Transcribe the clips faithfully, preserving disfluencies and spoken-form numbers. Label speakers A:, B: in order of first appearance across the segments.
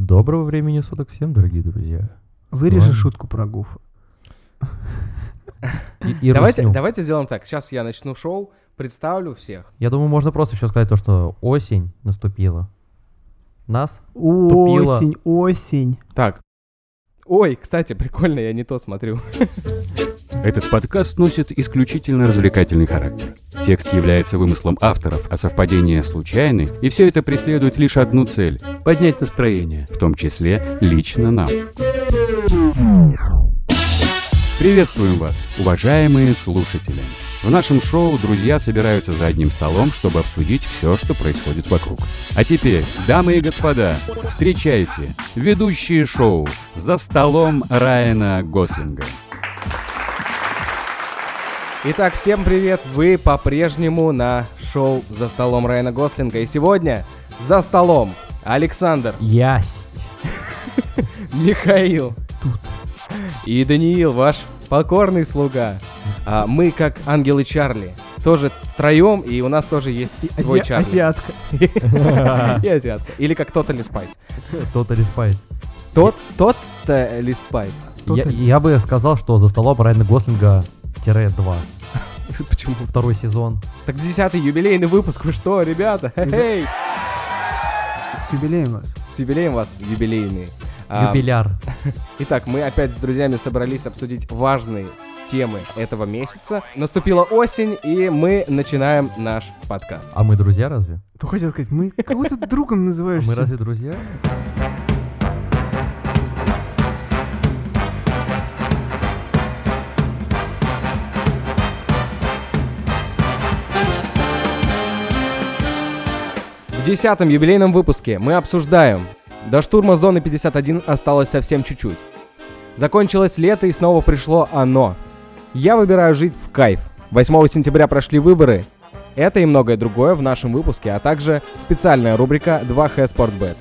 A: Доброго времени суток всем, дорогие друзья.
B: Вырежи шутку про Гуфа.
A: И, и
C: давайте,
A: русню.
C: давайте сделаем так. Сейчас я начну шоу, представлю всех.
A: Я думаю, можно просто еще сказать то, что осень наступила. Нас тупила.
B: Осень, осень.
C: Так. Ой, кстати, прикольно, я не то смотрю.
D: Этот подкаст носит исключительно развлекательный характер. Текст является вымыслом авторов, а совпадения случайны, и все это преследует лишь одну цель – поднять настроение, в том числе лично нам. Приветствуем вас, уважаемые слушатели! В нашем шоу друзья собираются за одним столом, чтобы обсудить все, что происходит вокруг. А теперь, дамы и господа, встречайте ведущие шоу «За столом» Райана Гослинга.
C: Итак, всем привет! Вы по-прежнему на шоу «За столом» Райана Гослинга. И сегодня за столом Александр,
A: Ясть.
C: Михаил
B: Тут.
C: и Даниил, ваш покорный слуга. А мы, как ангелы Чарли, тоже втроем, и у нас тоже есть свой
B: Ази-
C: Чарли.
B: Азиатка.
C: И азиатка. Или как Totally Spice.
A: Totally Spice.
C: Тот, Totally Spice.
A: Я, я бы сказал, что за столом Райана Гослинга тире два.
C: Почему?
A: Второй сезон.
C: Так десятый юбилейный выпуск, вы что, ребята? Хе-хей!
B: С юбилеем вас.
C: С юбилеем вас, юбилейный. А,
A: Юбиляр.
C: Итак, мы опять с друзьями собрались обсудить важные темы этого месяца. Наступила осень, и мы начинаем наш подкаст.
A: А мы друзья разве?
B: Ты хотел сказать, мы кого-то другом
A: А
B: называешься.
A: мы разве друзья?
C: В десятом юбилейном выпуске мы обсуждаем: до штурма зоны пятьдесят один осталось совсем чуть-чуть. Закончилось лето и снова пришло оно. Я выбираю жить в кайф. восьмого сентября прошли выборы. Это и многое другое в нашем выпуске, а также специальная рубрика два ха Спортбет.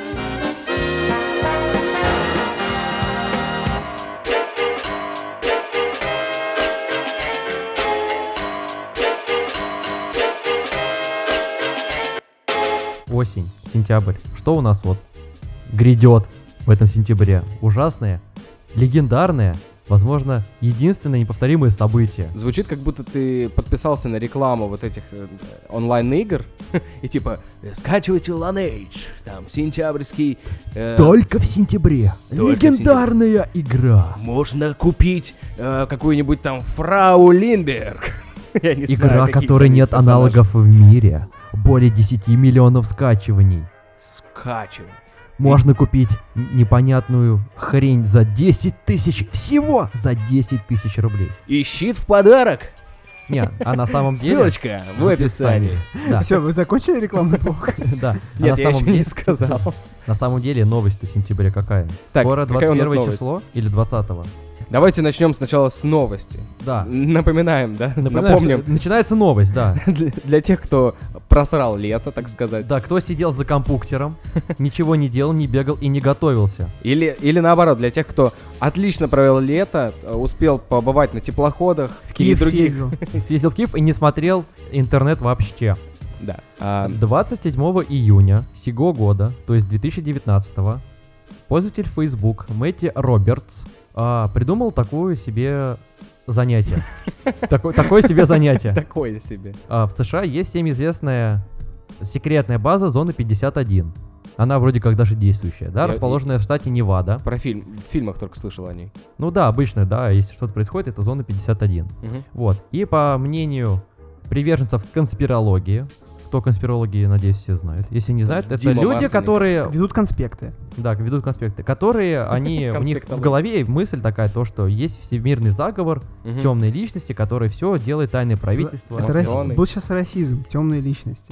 A: Осень, сентябрь. Что у нас вот грядет в этом сентябре? Ужасное, легендарное, возможно, единственное неповторимое событие.
C: Звучит, как будто ты подписался на рекламу вот этих э, онлайн-игр и типа «Скачивайте Lineage», там, сентябрьский... э,
A: Только в сентябре.
C: Только в
A: Легендарная игра.
C: Можно купить э, какую-нибудь там Фрау Линдберг. Я не знаю,
A: Игра,
C: каких
A: которой
C: там
A: нет
C: есть персонажей.
A: аналогов в мире. Более десяти миллионов скачиваний.
C: Скачивай.
A: Можно купить н- непонятную хрень за десять тысяч. Всего за десять тысяч рублей.
C: И щит в подарок.
A: Нет, а на самом деле...
C: Ссылочка в описании.
A: Да,
B: Все, вы закончили рекламный блок?
A: да. А
C: Нет,
A: на
C: я
A: самом
C: еще не
A: деле-
C: сказал.
A: На самом деле новость-то в сентябре какая?
C: Так,
A: Скоро
C: какая у нас
A: двадцать первое
C: новость?
A: число или двадцатого?
C: Давайте начнем сначала с новости.
A: Да.
C: Напоминаем, да?
A: Напоминаю,
C: Напомним.
A: что начинается новость, да.
C: Для, для тех, кто просрал лето, так сказать.
A: Да, кто сидел за компьютером, ничего не делал, не бегал и не готовился.
C: Или, или наоборот, для тех, кто отлично провел лето, э, успел побывать на теплоходах
B: В
C: и
B: Киев
C: других.
B: съездил.
A: Съездил в Киев и не смотрел интернет вообще.
C: Да. А,
A: двадцать седьмого июня сего года, то есть две тысячи девятнадцатого, пользователь Facebook Мэтти Робертс а, придумал такое себе занятие. Такое такое себе занятие.
C: такое себе.
A: А, В США есть всем известная секретная база зоны пятьдесят один. Она вроде как даже действующая, да,
C: Я-
A: расположенная в штате Невада.
C: Про фильм. В фильмах только слышал о ней.
A: Ну да, обычно, да, если что-то происходит, это зона пятьдесят один.
C: Мгм.
A: Вот. И по мнению приверженцев конспирологии, кто конспирологи, надеюсь, все знают. Если не знают, это
C: Дима
A: люди,
C: Масленников.
A: которые,
B: Ведут конспекты.
A: да, ведут конспекты, которые, они, у них в
C: Конспектология.
A: голове мысль такая, то, что есть всемирный заговор,
C: Мгм.
A: темные личности, которые все делает тайное правительство.
B: Это раси-
C: Масоны.
B: Был сейчас расизм, темные личности.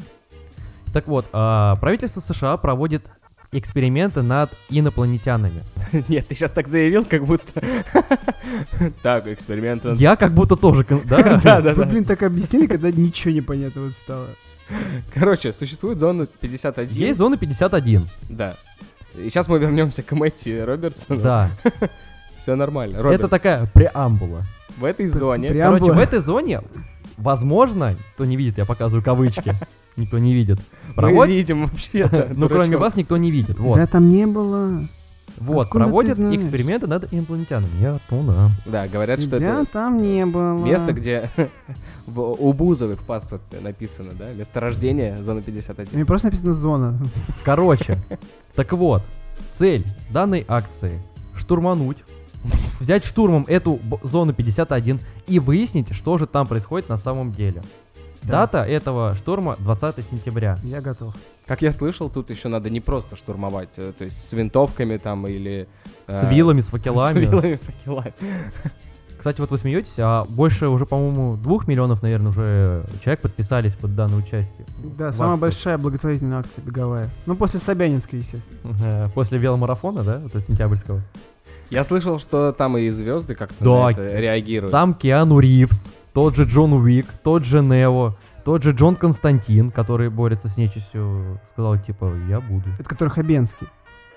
A: Так вот, а, правительство США проводит эксперименты над инопланетянами.
C: Нет, ты сейчас так заявил, как будто... Так, эксперимент. он-
A: Я как будто тоже, кон- да?
C: Да, да,
B: Вы,
C: да.
B: блин, так объяснили, когда ничего не понятно вот стало.
C: Короче, существует зона пятьдесят один.
A: Есть зона пятьдесят один,
C: Да. И сейчас мы вернемся к Мэтти Робертсону.
A: да.
C: Все нормально.
A: Это
C: Робертс.
A: такая преамбула.
C: В этой зоне...
B: Прям-
A: Короче,
B: Преамбула.
A: в этой зоне, возможно, кто не видит, я показываю кавычки, никто не видит.
C: Мы
A: Проводит,
C: видим вообще-то.
A: ну кроме
C: дурачок.
A: вас никто не видит.
B: Тебя
A: Вот,
B: там не было.
A: вот,
B: откуда ты
A: проводят
B: знаешь?
A: эксперименты над инопланетянами. Я, ну да.
C: Да, говорят, что
B: Тебя
C: это
B: там не было.
C: место, где в- у Бузовой в паспорте написано, да? Место рождения, зона пятьдесят один.
B: Мне просто написано зона.
A: Короче, так вот, цель данной акции — штурмануть, взять штурмом эту б- зону пятьдесят один и выяснить, что же там происходит на самом деле.
B: Да.
A: Дата этого штурма двадцатого сентября.
B: Я готов.
C: Как я слышал, тут еще надо не просто штурмовать, э, то есть с винтовками там или...
A: С
C: э,
A: вилами, с факелами.
C: С вилами, факелами.
A: Кстати, вот вы смеетесь, а больше уже, по-моему, двух миллионов, наверное, уже человек подписались под данное участие.
B: Да,
A: в
B: самая
A: акции.
B: большая благотворительная акция беговая. Ну, после Собянинской, естественно.
A: Э, После веломарафона, да, это сентябрьского.
C: Я слышал, что там и звезды как-то
A: Да,
C: на это реагируют.
A: Сам Киану Ривз, тот же Джон Уик, тот же Нео, тот же Джон Константин, который борется с нечистью, сказал, типа, я буду.
B: Это который Хабенский.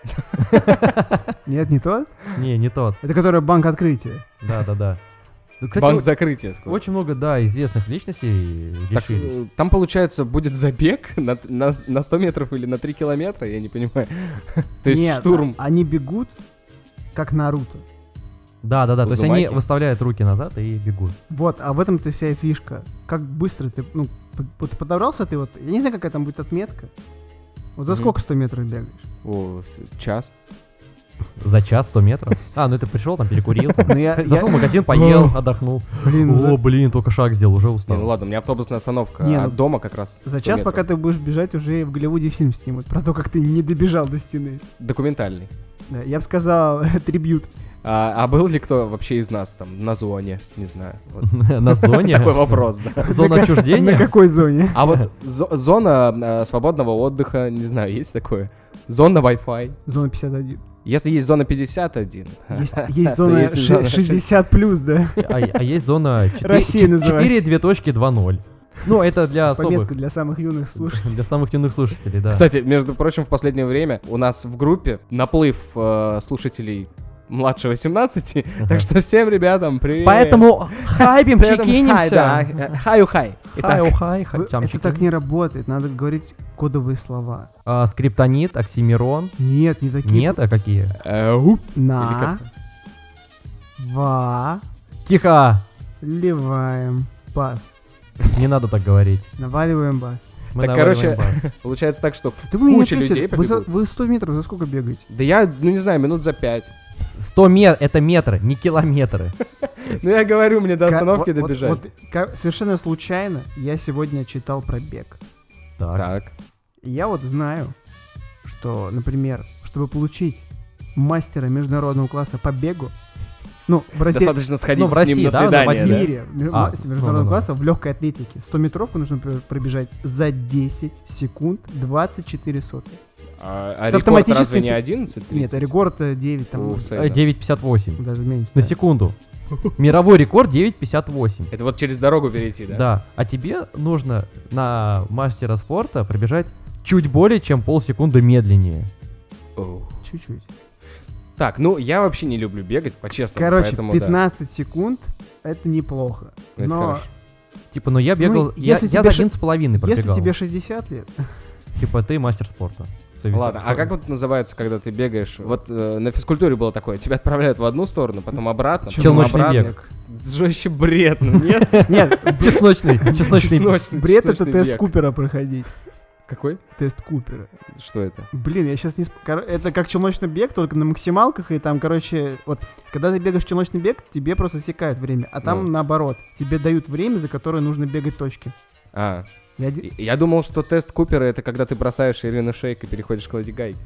B: Нет, не тот?
A: Не, не тот.
B: Это который Банк Открытия.
A: Да-да-да. Ну, кстати,
C: Банк
A: о-
C: закрытия скоро.
A: очень много, да, известных личностей
C: Так,
A: лишились.
C: э, там, получается, будет забег на, на, на сто метров или на три километра, я не понимаю. То есть
B: Нет,
C: штурм.
B: а- они бегут, как Наруто.
A: Да-да-да, то есть они
C: Узумаки.
A: выставляют руки назад и бегут.
B: Вот, а в этом-то вся и фишка. Как быстро ты, ну, п- вот подобрался ты вот, я не знаю, какая там будет отметка. Вот за
C: Мгм.
B: сколько сто метров бегаешь?
C: О, с- час.
A: За час сто метров. А, ну ты пришел, там перекурил. там,
B: Ну, я-
A: Зашел в
B: я-
A: магазин, поел, отдохнул.
B: Блин, ну,
A: О,
B: за-
A: блин, только шаг сделал, уже
C: Не,
A: устал.
C: ну ладно, у меня автобусная остановка,
B: Не,
C: а
B: ну,
C: дома как раз
B: за
C: сто
B: час,
C: метров.
B: пока ты будешь бежать, уже в Голливуде фильм снимут про то, как ты не добежал до стены.
C: Документальный.
B: Да, я бы сказал, трибют.
C: А, а был ли кто вообще из нас там на зоне? Не знаю. Вот
A: На зоне.
C: такой вопрос, да.
A: Зона
B: На
A: отчуждения.
B: какой зоне?
C: А вот зо- зона э, свободного отдыха, не знаю, есть такое? Зона Wi-Fi.
B: Зона пятьдесят один.
C: Если есть зона пятьдесят один,
B: Есть,
C: то
B: есть зона
C: есть и
B: ше-
C: зона
B: шестьдесят плюс, да?
A: А, а есть зона
B: Россия называется.
A: четыре, две точки, два ноль. Ну, это для особых.
B: Пометка для самых юных слушателей.
A: Для самых юных слушателей, да.
C: Кстати, между прочим, в последнее время у нас в группе наплыв э, слушателей младше восемнадцати,
A: Ага.
C: так что всем ребятам привет.
A: Поэтому хайпим,
C: Поэтому хай, да,
A: чекинимся.
C: э, хаю-хай. Итак,
A: Хай, хай,
B: Вы-
A: хай,
B: Это
A: чамчики.
B: так не работает, надо говорить кодовые слова.
A: А, Скриптонит, оксимирон.
B: Нет, не такие.
A: Нет, а какие?
C: э, уп, или
B: На,
C: как-то.
B: ва,
A: Тихо!
B: ливаем, бас.
A: Не надо так говорить.
B: Наваливаем бас.
A: Мы
C: Так,
A: наваливаем
C: короче,
A: бас.
C: Получается так, что
B: Да вы меня не
C: куча
B: слушаете.
C: людей
B: вы, за-
C: побегут.
B: вы сто метров за сколько бегаете?
C: Да я, ну не знаю, минут за пять.
A: сто метров, это метры, не километры.
C: Ну я говорю, мне до
B: Ка-
C: остановки
B: вот- вот-
C: добежать.
B: вот ка- совершенно случайно я сегодня читал про бег.
A: Так.
C: Так.
B: И я вот знаю, что, например, чтобы получить мастера международного класса по бегу, ну, в разделе-
C: Достаточно сходить
A: ну, в
C: с ним
A: России,
C: на
A: да, на
C: свидание,
B: в
A: восьми.
C: да?
B: мире м-
A: А,
B: мастер международного
A: ну-ну-ну.
B: класса в легкой атлетике сто метровку нужно пр- пробежать за десять секунд двадцать четыре сотых.
C: А, а
B: С
C: рекорд
B: автоматическим
C: разве не
B: фи-
C: одиннадцать?
B: Нет, рекорд э, девять, там,
C: Ух,
B: ну,
C: Сэй.
A: Э, девять пятьдесят восемь.
B: даже меньше.
A: На
B: да.
A: секунду. Мировой рекорд девять пятьдесят восемь.
C: Это вот через дорогу перейти, да?
A: Да. А тебе нужно на мастера спорта пробежать чуть более, чем полсекунды медленнее.
C: Оу.
B: Чуть-чуть.
C: Так, ну я вообще не люблю бегать, по-честному.
B: Короче,
C: поэтому, да,
B: пятнадцать секунд это неплохо.
C: это
B: Но
C: хорошо.
A: Типа, ну я бегал,
B: Ну,
A: я,
B: если
A: я
B: тебе
A: за
B: ше-
A: один с половиной
B: если
A: пробегал.
B: тебе шестьдесят лет,
A: Типа, ты мастер спорта.
C: Ладно, а как вот называется, когда ты бегаешь? Вот э, на физкультуре было такое, тебя отправляют в одну сторону, потом обратно, потом
A: Челночный
C: обратно.
A: бег.
C: Жестче бред, ну нет?
B: нет,
A: Чесночный, чесночный.
C: Чесночный
B: бред это
C: чесночный
B: тест
C: бег.
B: Купера проходить.
C: Какой?
B: Тест Купера.
C: Что это?
B: Блин, я сейчас не... сп- кор- Это как челночный бег, только на максималках, и там, короче, вот, когда ты бегаешь челночный бег, тебе просто засекают время, а там
C: Ну.
B: наоборот, тебе дают время, за которое нужно бегать точки.
C: А,
B: Я де-
C: и- я думал, что тест Купера это когда ты бросаешь Ирину Шейк и переходишь к Леди Гай.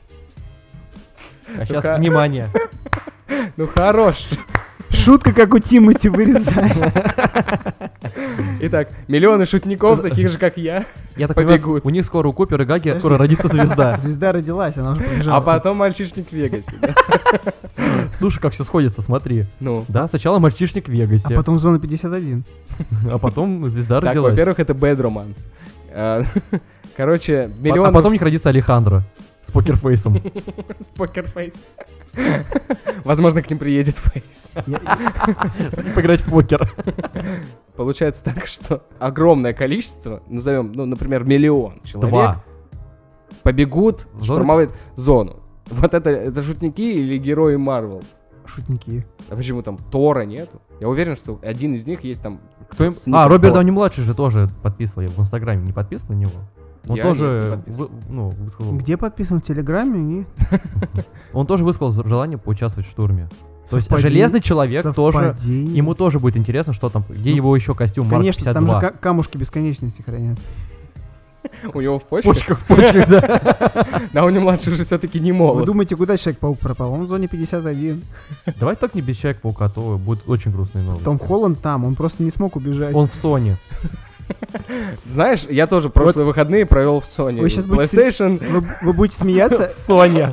A: А сейчас,
C: Ну-ка.
A: внимание.
C: Ну хорош.
B: Шутка, как у Тимати, вырезай.
C: Итак, миллионы шутников, таких же, как я.
A: Я так понимаю,
C: Побегут.
A: у них скоро, у Купера и Гаги скоро родится звезда.
B: Звезда родилась, она уже побежала.
C: А потом мальчишник в Вегасе. да.
A: Слушай, как все сходится, смотри.
C: Ну,
A: Да, сначала мальчишник в
B: А
A: Вегасе,
B: потом зона пятьдесят один.
A: а потом звезда
C: так,
A: родилась.
C: во-первых, это Bad Romance. А, Короче,
A: А-
C: миллионов...
A: А потом у них родится Алехандро. С покерфейсом.
C: Покерфейс. Возможно, к ним приедет Фейс.
A: Поиграть в покер.
C: Получается так, что огромное количество, назовем, ну, например, миллион человек,
A: Два.
C: побегут
A: Зону?
C: штурмовать зону. Вот это, это шутники или герои Марвел?
B: Шутники.
C: А почему там Тора нету? Я уверен, что один из них есть там...
A: Кто им...
C: Сниппет
A: А, Роберт
C: Бот.
A: Дауни младший же тоже подписывал. Я в Инстаграме не подписан на него. Он
C: Я
A: тоже
C: нет, не подписан.
A: вы- ну, высказал.
B: Где подписан? В Телеграме? Нет.
A: Он тоже высказал желание поучаствовать в штурме. То есть
B: Совпадение-
A: железный человек тоже.
B: совпадение.
A: Ему тоже будет интересно, что там, где
B: Ну,
A: его еще костюм Марк
B: Конечно,
A: пятьдесят
B: там же
A: два.
B: ка- камушки бесконечности хранят.
C: У него в почках?
A: Почках, почках, да.
C: Дауни младший уже все-таки не
B: Вы
C: молод.
B: думаете, куда Человек-паук пропал? Он в зоне пятьдесят один.
A: Давай так не без Человека-паука, а то будет очень грустные новости.
B: Том Холланд там, он просто не смог убежать.
A: Он в Sony.
C: Знаешь, я тоже прошлые выходные провел в Sony.
B: Вы щас будете
C: PlayStation.
B: Вы, вы будете смеяться?
A: Sony.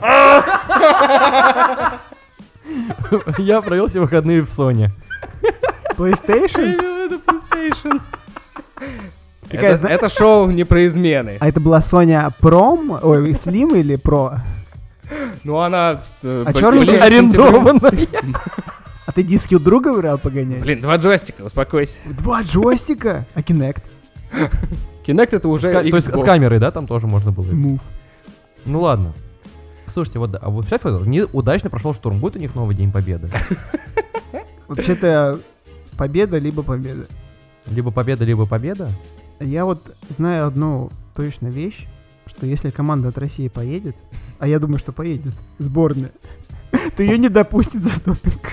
A: Я провел все выходные в Sony.
B: PlayStation?
C: Это PlayStation.
B: Какая
C: Это,
B: зна-
C: это шоу не про измены.
B: А это была Sony Prom? Ой, Slim или Pro?
C: Ну она... э,
B: А
C: бл-
B: чёрный
C: ближе,
B: был
C: чем тебе-
A: Арендованный.
B: А ты диски у друга брал погонять?
C: Блин, два джойстика, успокойся.
B: Два джойстика? А Kinect?
C: Kinect это уже
A: То есть с
C: Xbox.
A: камерой, да, там тоже можно было.
B: Move.
A: Ну ладно. Слушайте, вот, да, а вот Sheffield неудачно прошел штурм. Будет у них новый День Победы?
B: Вообще-то победа либо победа.
A: Либо победа, либо победа?
B: Я вот знаю одну точно вещь, что если команда от России поедет, а я думаю, что поедет, сборная, то ее не допустят за допинг.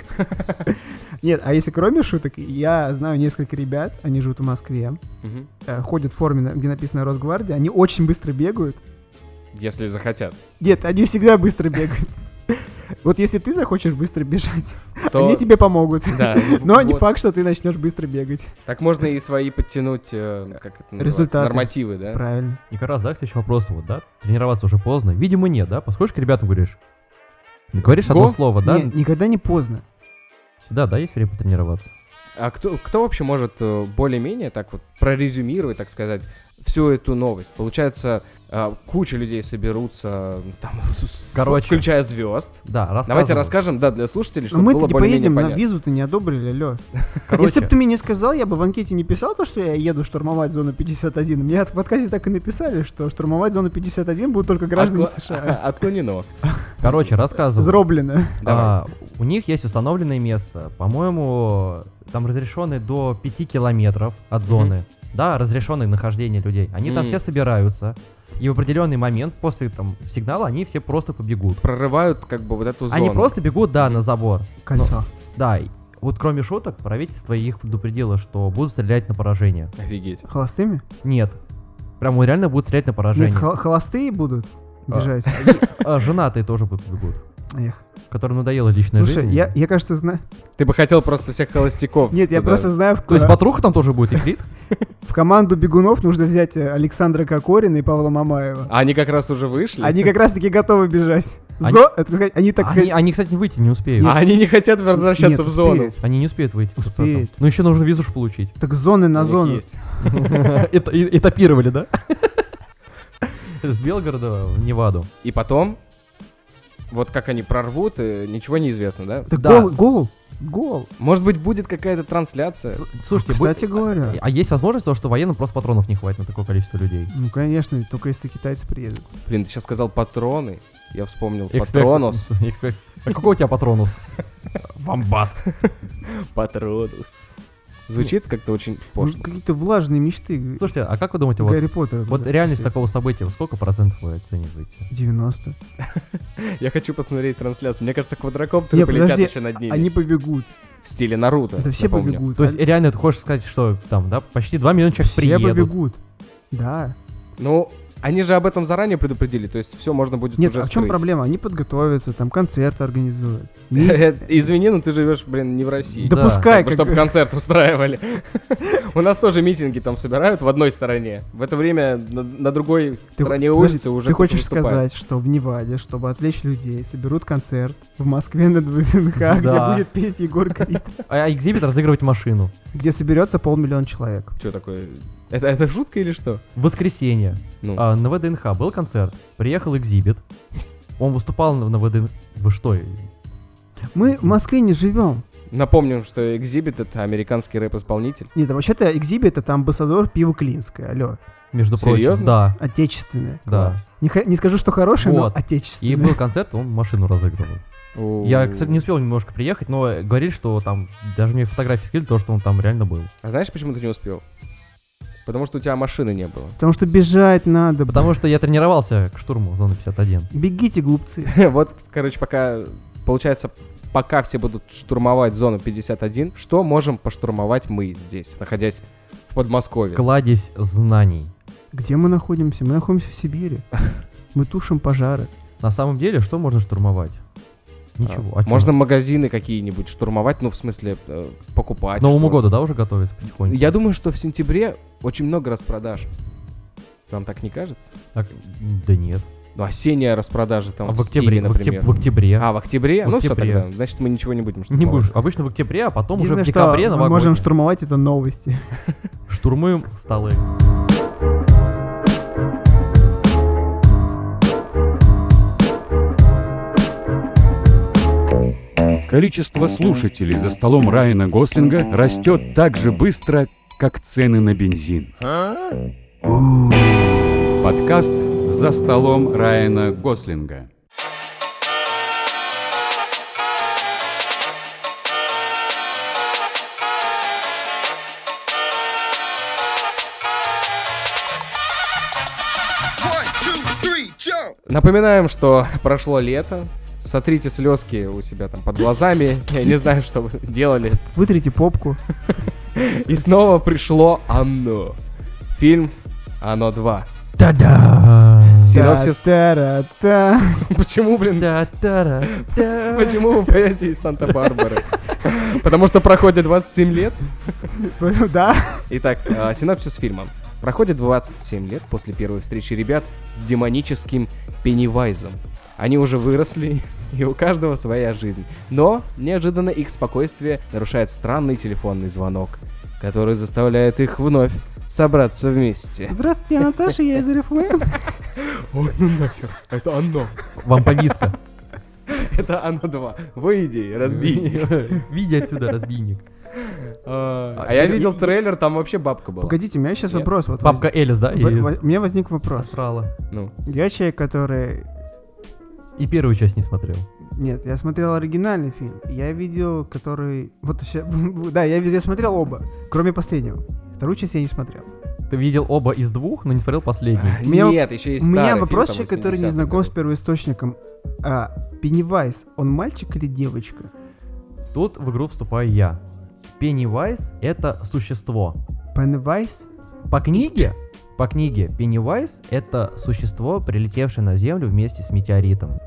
B: Нет, а если кроме шуток, я знаю несколько ребят, они живут в Москве,
C: Мгм.
B: э, ходят в форме, на- где написано Росгвардия, они очень быстро бегают.
C: Если захотят.
B: Нет, они всегда быстро бегают. Вот если ты захочешь быстро бежать,
C: То-
B: они тебе помогут.
C: Да,
B: Но не
C: вот.
B: факт, что ты начнешь быстро бегать.
C: Так можно и свои подтянуть, э, как это называется,
B: Результаты.
C: нормативы, да?
B: Правильно.
A: И как раз, да, следующий вопрос, вот, да? Тренироваться уже поздно. Видимо, нет, да? Подходишь к ребятам, говоришь. Говоришь одно
C: Го?
A: слово, да?
B: Не, никогда не поздно.
A: Всегда, да, есть время потренироваться?
C: А кто, кто вообще может э, более-менее так вот прорезюмировать, так сказать, всю эту новость? Получается, э, куча людей соберутся, там, с- с-
A: Короче.
C: включая звезд.
A: Да, рассказывай.
C: Давайте расскажем, да, для слушателей, чтобы
B: Но
C: было
B: мы-то не
C: более-менее
B: поедем, на
C: понятно.
B: визу-то не одобрили, алло.
A: Короче,
B: Если бы ты мне не сказал, я бы в анкете не писал то, что я еду штурмовать зону пятьдесят один. Мне в подкасте так и написали, что штурмовать зону пятьдесят один будут только граждане
C: Откло-
B: США.
C: Отклонено.
A: короче, рассказывай.
B: Зроблено.
C: Давай.
A: А, у них есть установленное место. По-моему, там разрешенный до пяти километров от зоны. Да, разрешенное нахождение людей. Они там
C: Мгм.
A: все собираются. И в определенный момент, после там сигнала, они все просто побегут.
C: Прорывают как бы вот эту зону.
A: Они просто бегут, да, на забор.
B: Кольцо.
A: Да, и вот кроме шуток, правительство их предупредило, что будут стрелять на поражение.
C: Офигеть.
B: Холостыми?
A: Нет. Прям реально будут стрелять на поражение.
B: Нет, хо- холостые будут
A: А.
B: бежать.
A: А, женатые тоже будут бегут.
B: Эх.
A: Которым надоела личная
B: Слушай,
A: жизнь.
B: я, я, кажется, знаю...
C: Ты бы хотел просто всех холостяков.
B: Нет, я
C: туда.
B: просто знаю, в,
A: То есть
B: ко-
A: Батруха там тоже будет игрит?
B: в команду бегунов нужно взять э, Александра Кокорина и Павла Мамаева.
C: А они как раз уже вышли?
B: Они как раз-таки готовы бежать.
A: Они-
B: Зо... это сказать, Они, так
A: Они,
B: сказать...
A: они, кстати, выйти не успеют.
C: А они не хотят возвращаться
B: Нет,
C: в зону.
B: успеют.
A: Они не успеют выйти. с
B: Успеют.
A: отцом. Ну еще нужно визу ж получить.
B: Так зоны на
C: У них
B: зону.
C: есть.
A: Это- и- Этапировали, да? С Белгорода в Неваду.
C: И потом, вот как они прорвут, э, ничего не известно, да?
B: Так
A: Да.
B: гол, гол, гол.
C: Может быть, будет какая-то трансляция?
A: С- Слушайте, будет-
B: Кстати говоря.
A: а есть возможность того, что военным просто патронов не хватит на такое количество людей?
B: Ну, конечно, только если китайцы приедут.
C: Блин, ты сейчас сказал патроны. Я вспомнил
A: Экспект-
C: патронус.
A: экспект- А какой у тебя патронус? Вамбат.
C: Патронус. Звучит как-то очень
B: Ну,
C: пошло.
B: какие-то влажные мечты.
A: Слушайте, а как вы думаете, вот,
B: Гарри Поттер.
A: вот реальность такого события, во сколько процентов вы оцениваете?
B: девяносто.
C: Я хочу посмотреть трансляцию. Мне кажется, квадрокоптеры
B: Не,
C: полетят
B: подожди,
C: еще над ними.
B: Они побегут.
C: В стиле Наруто.
B: Да все
C: напомню.
B: побегут.
A: То есть
B: А-
A: реально ты хочешь сказать, что там, да, почти два миллиона человек
B: все
A: приедут?
B: побегут. Да.
C: Ну, они же об этом заранее предупредили, то есть все можно будет
B: Нет,
C: уже
B: а в чем
C: скрыть.
B: проблема? Они подготовятся, там концерт организуют. Ми-
C: Извини, но ты живешь, блин, не в России.
B: Да
A: Да,
B: пускай, как
C: Чтобы
B: бы.
C: концерт устраивали. У нас тоже митинги там собирают в одной стороне. В это время на, на другой
B: Ты-
C: стороне
B: подожди,
C: улицы уже
B: Ты
C: кто-то
B: хочешь
C: выступает.
B: сказать, что в Неваде, чтобы отвлечь людей, соберут концерт в Москве на ВДНХ, где
A: Да.
B: будет петь Егор Крид,
A: А экзибит разыгрывать машину.
B: где соберется полмиллиона человек.
C: Что такое? Это, это шутка или что?
A: В воскресенье
C: Ну.
A: а, на ВДНХ был концерт, приехал Экзибит, он выступал на, на ВДНХ... Вы что?
B: Мы в Москве не живем.
C: Напомним, что Exhibit — это американский рэп-исполнитель.
B: Нет, а вообще-то Exhibit — это амбассадор пива Клинское, алло.
A: Между прочим,
C: Серьезно?
A: да,
B: Отечественное.
A: да.
C: Класс.
B: Не, х- не скажу, что хорошее,
A: Вот.
B: но отечественное.
A: И был концерт, он машину разыгрывал.
C: О.
A: Я, кстати, не успел немножко приехать, но говорили, что там, даже мне фотографии скинули, то, что он там реально был.
C: А знаешь, почему ты не успел? Потому что у тебя машины не было.
B: Потому что бежать надо.
A: Потому что я тренировался к штурму зоны пятьдесят один.
B: Бегите, глупцы.
C: Вот, короче, пока, получается, пока все будут штурмовать зону пятьдесят один, что можем поштурмовать мы здесь, находясь в Подмосковье?
A: Кладезь знаний.
B: Где мы находимся? Мы находимся в Сибири. Мы тушим пожары.
A: На самом деле, что можно штурмовать? Ничего.
C: А,
A: А чё?
C: можно магазины какие-нибудь штурмовать, ну, в смысле, э, покупать.
A: К Новому
C: что-то.
A: году, да, уже готовится потихоньку?
C: Я думаю, что в сентябре очень много распродаж. Вам так не кажется?
A: Так, да нет.
C: Ну, осенняя распродажа там
A: А
C: в
A: в октябре,
C: Стиме,
A: в, октяб-
C: например.
A: в октябре.
C: А, в октябре?
A: В
C: Ну, все
A: октябре.
C: тогда. Значит, мы ничего не будем
A: Не
C: штурмовать.
A: будешь. Обычно в октябре, а потом уже в
B: Единственное, что
A: декабре
B: мы
A: новогодние.
B: можем штурмовать, это новости.
A: Штурмуем столы.
D: Количество слушателей за столом Райана Гослинга растет так же быстро, как цены на бензин. Подкаст «За столом Райана Гослинга».
C: Напоминаем, что прошло лето. Сотрите слезки у себя там под глазами. Я не знаю, что вы делали.
B: Вытрите попку.
C: И снова пришло «Оно». Фильм «Оно два».
A: Та-да!
C: Синопсис.
B: Та-та-ра-та.
C: Почему, блин,
A: Та-та-ра-та.
C: почему вы поете из Санта-Барбары? Потому что проходит двадцать семь лет.
B: Да?
C: Итак, э, синопсис фильма. Проходит двадцать семь лет после первой встречи ребят с демоническим Пеннивайзом. Они уже выросли, и у каждого своя жизнь. Но неожиданно их спокойствие нарушает странный телефонный звонок, который заставляет их вновь собраться вместе.
B: Здравствуйте, я Наташа, я из Орифлейм.
C: Ой, ну нахер, это оно.
A: Вам повестка.
C: Это оно два. Выйди, разбей.
A: Види отсюда, разбийник.
C: А а я видел трейлер, там вообще бабка была.
B: Погодите, у меня сейчас
C: Нет.
B: вопрос. Вот
A: Папка Элис, да?
B: воз- во-
A: из
B: во- У меня возник вопрос.
A: Астрала.
C: Ну,
B: Я человек, который...
A: И первую часть не смотрел.
B: Нет, я смотрел оригинальный фильм. Я видел, который... Вот ща- Да, я везде смотрел оба, кроме последнего. Вторую часть я не смотрел.
A: Ты видел оба из двух, но не смотрел последний.
B: У меня-
C: нет, еще есть
B: У меня
C: старый
B: вопрос,
C: фильм,
B: человек,
C: там,
B: который не
C: восьмидесятых
B: знаком с
C: годов.
B: первоисточником. А, Пеннивайз, он мальчик или девочка?
A: Тут в игру вступаю я. Пеннивайз — это существо.
B: Пеннивайз?
A: По книге, по книге Пеннивайз — это существо, прилетевшее на Землю вместе с метеоритом.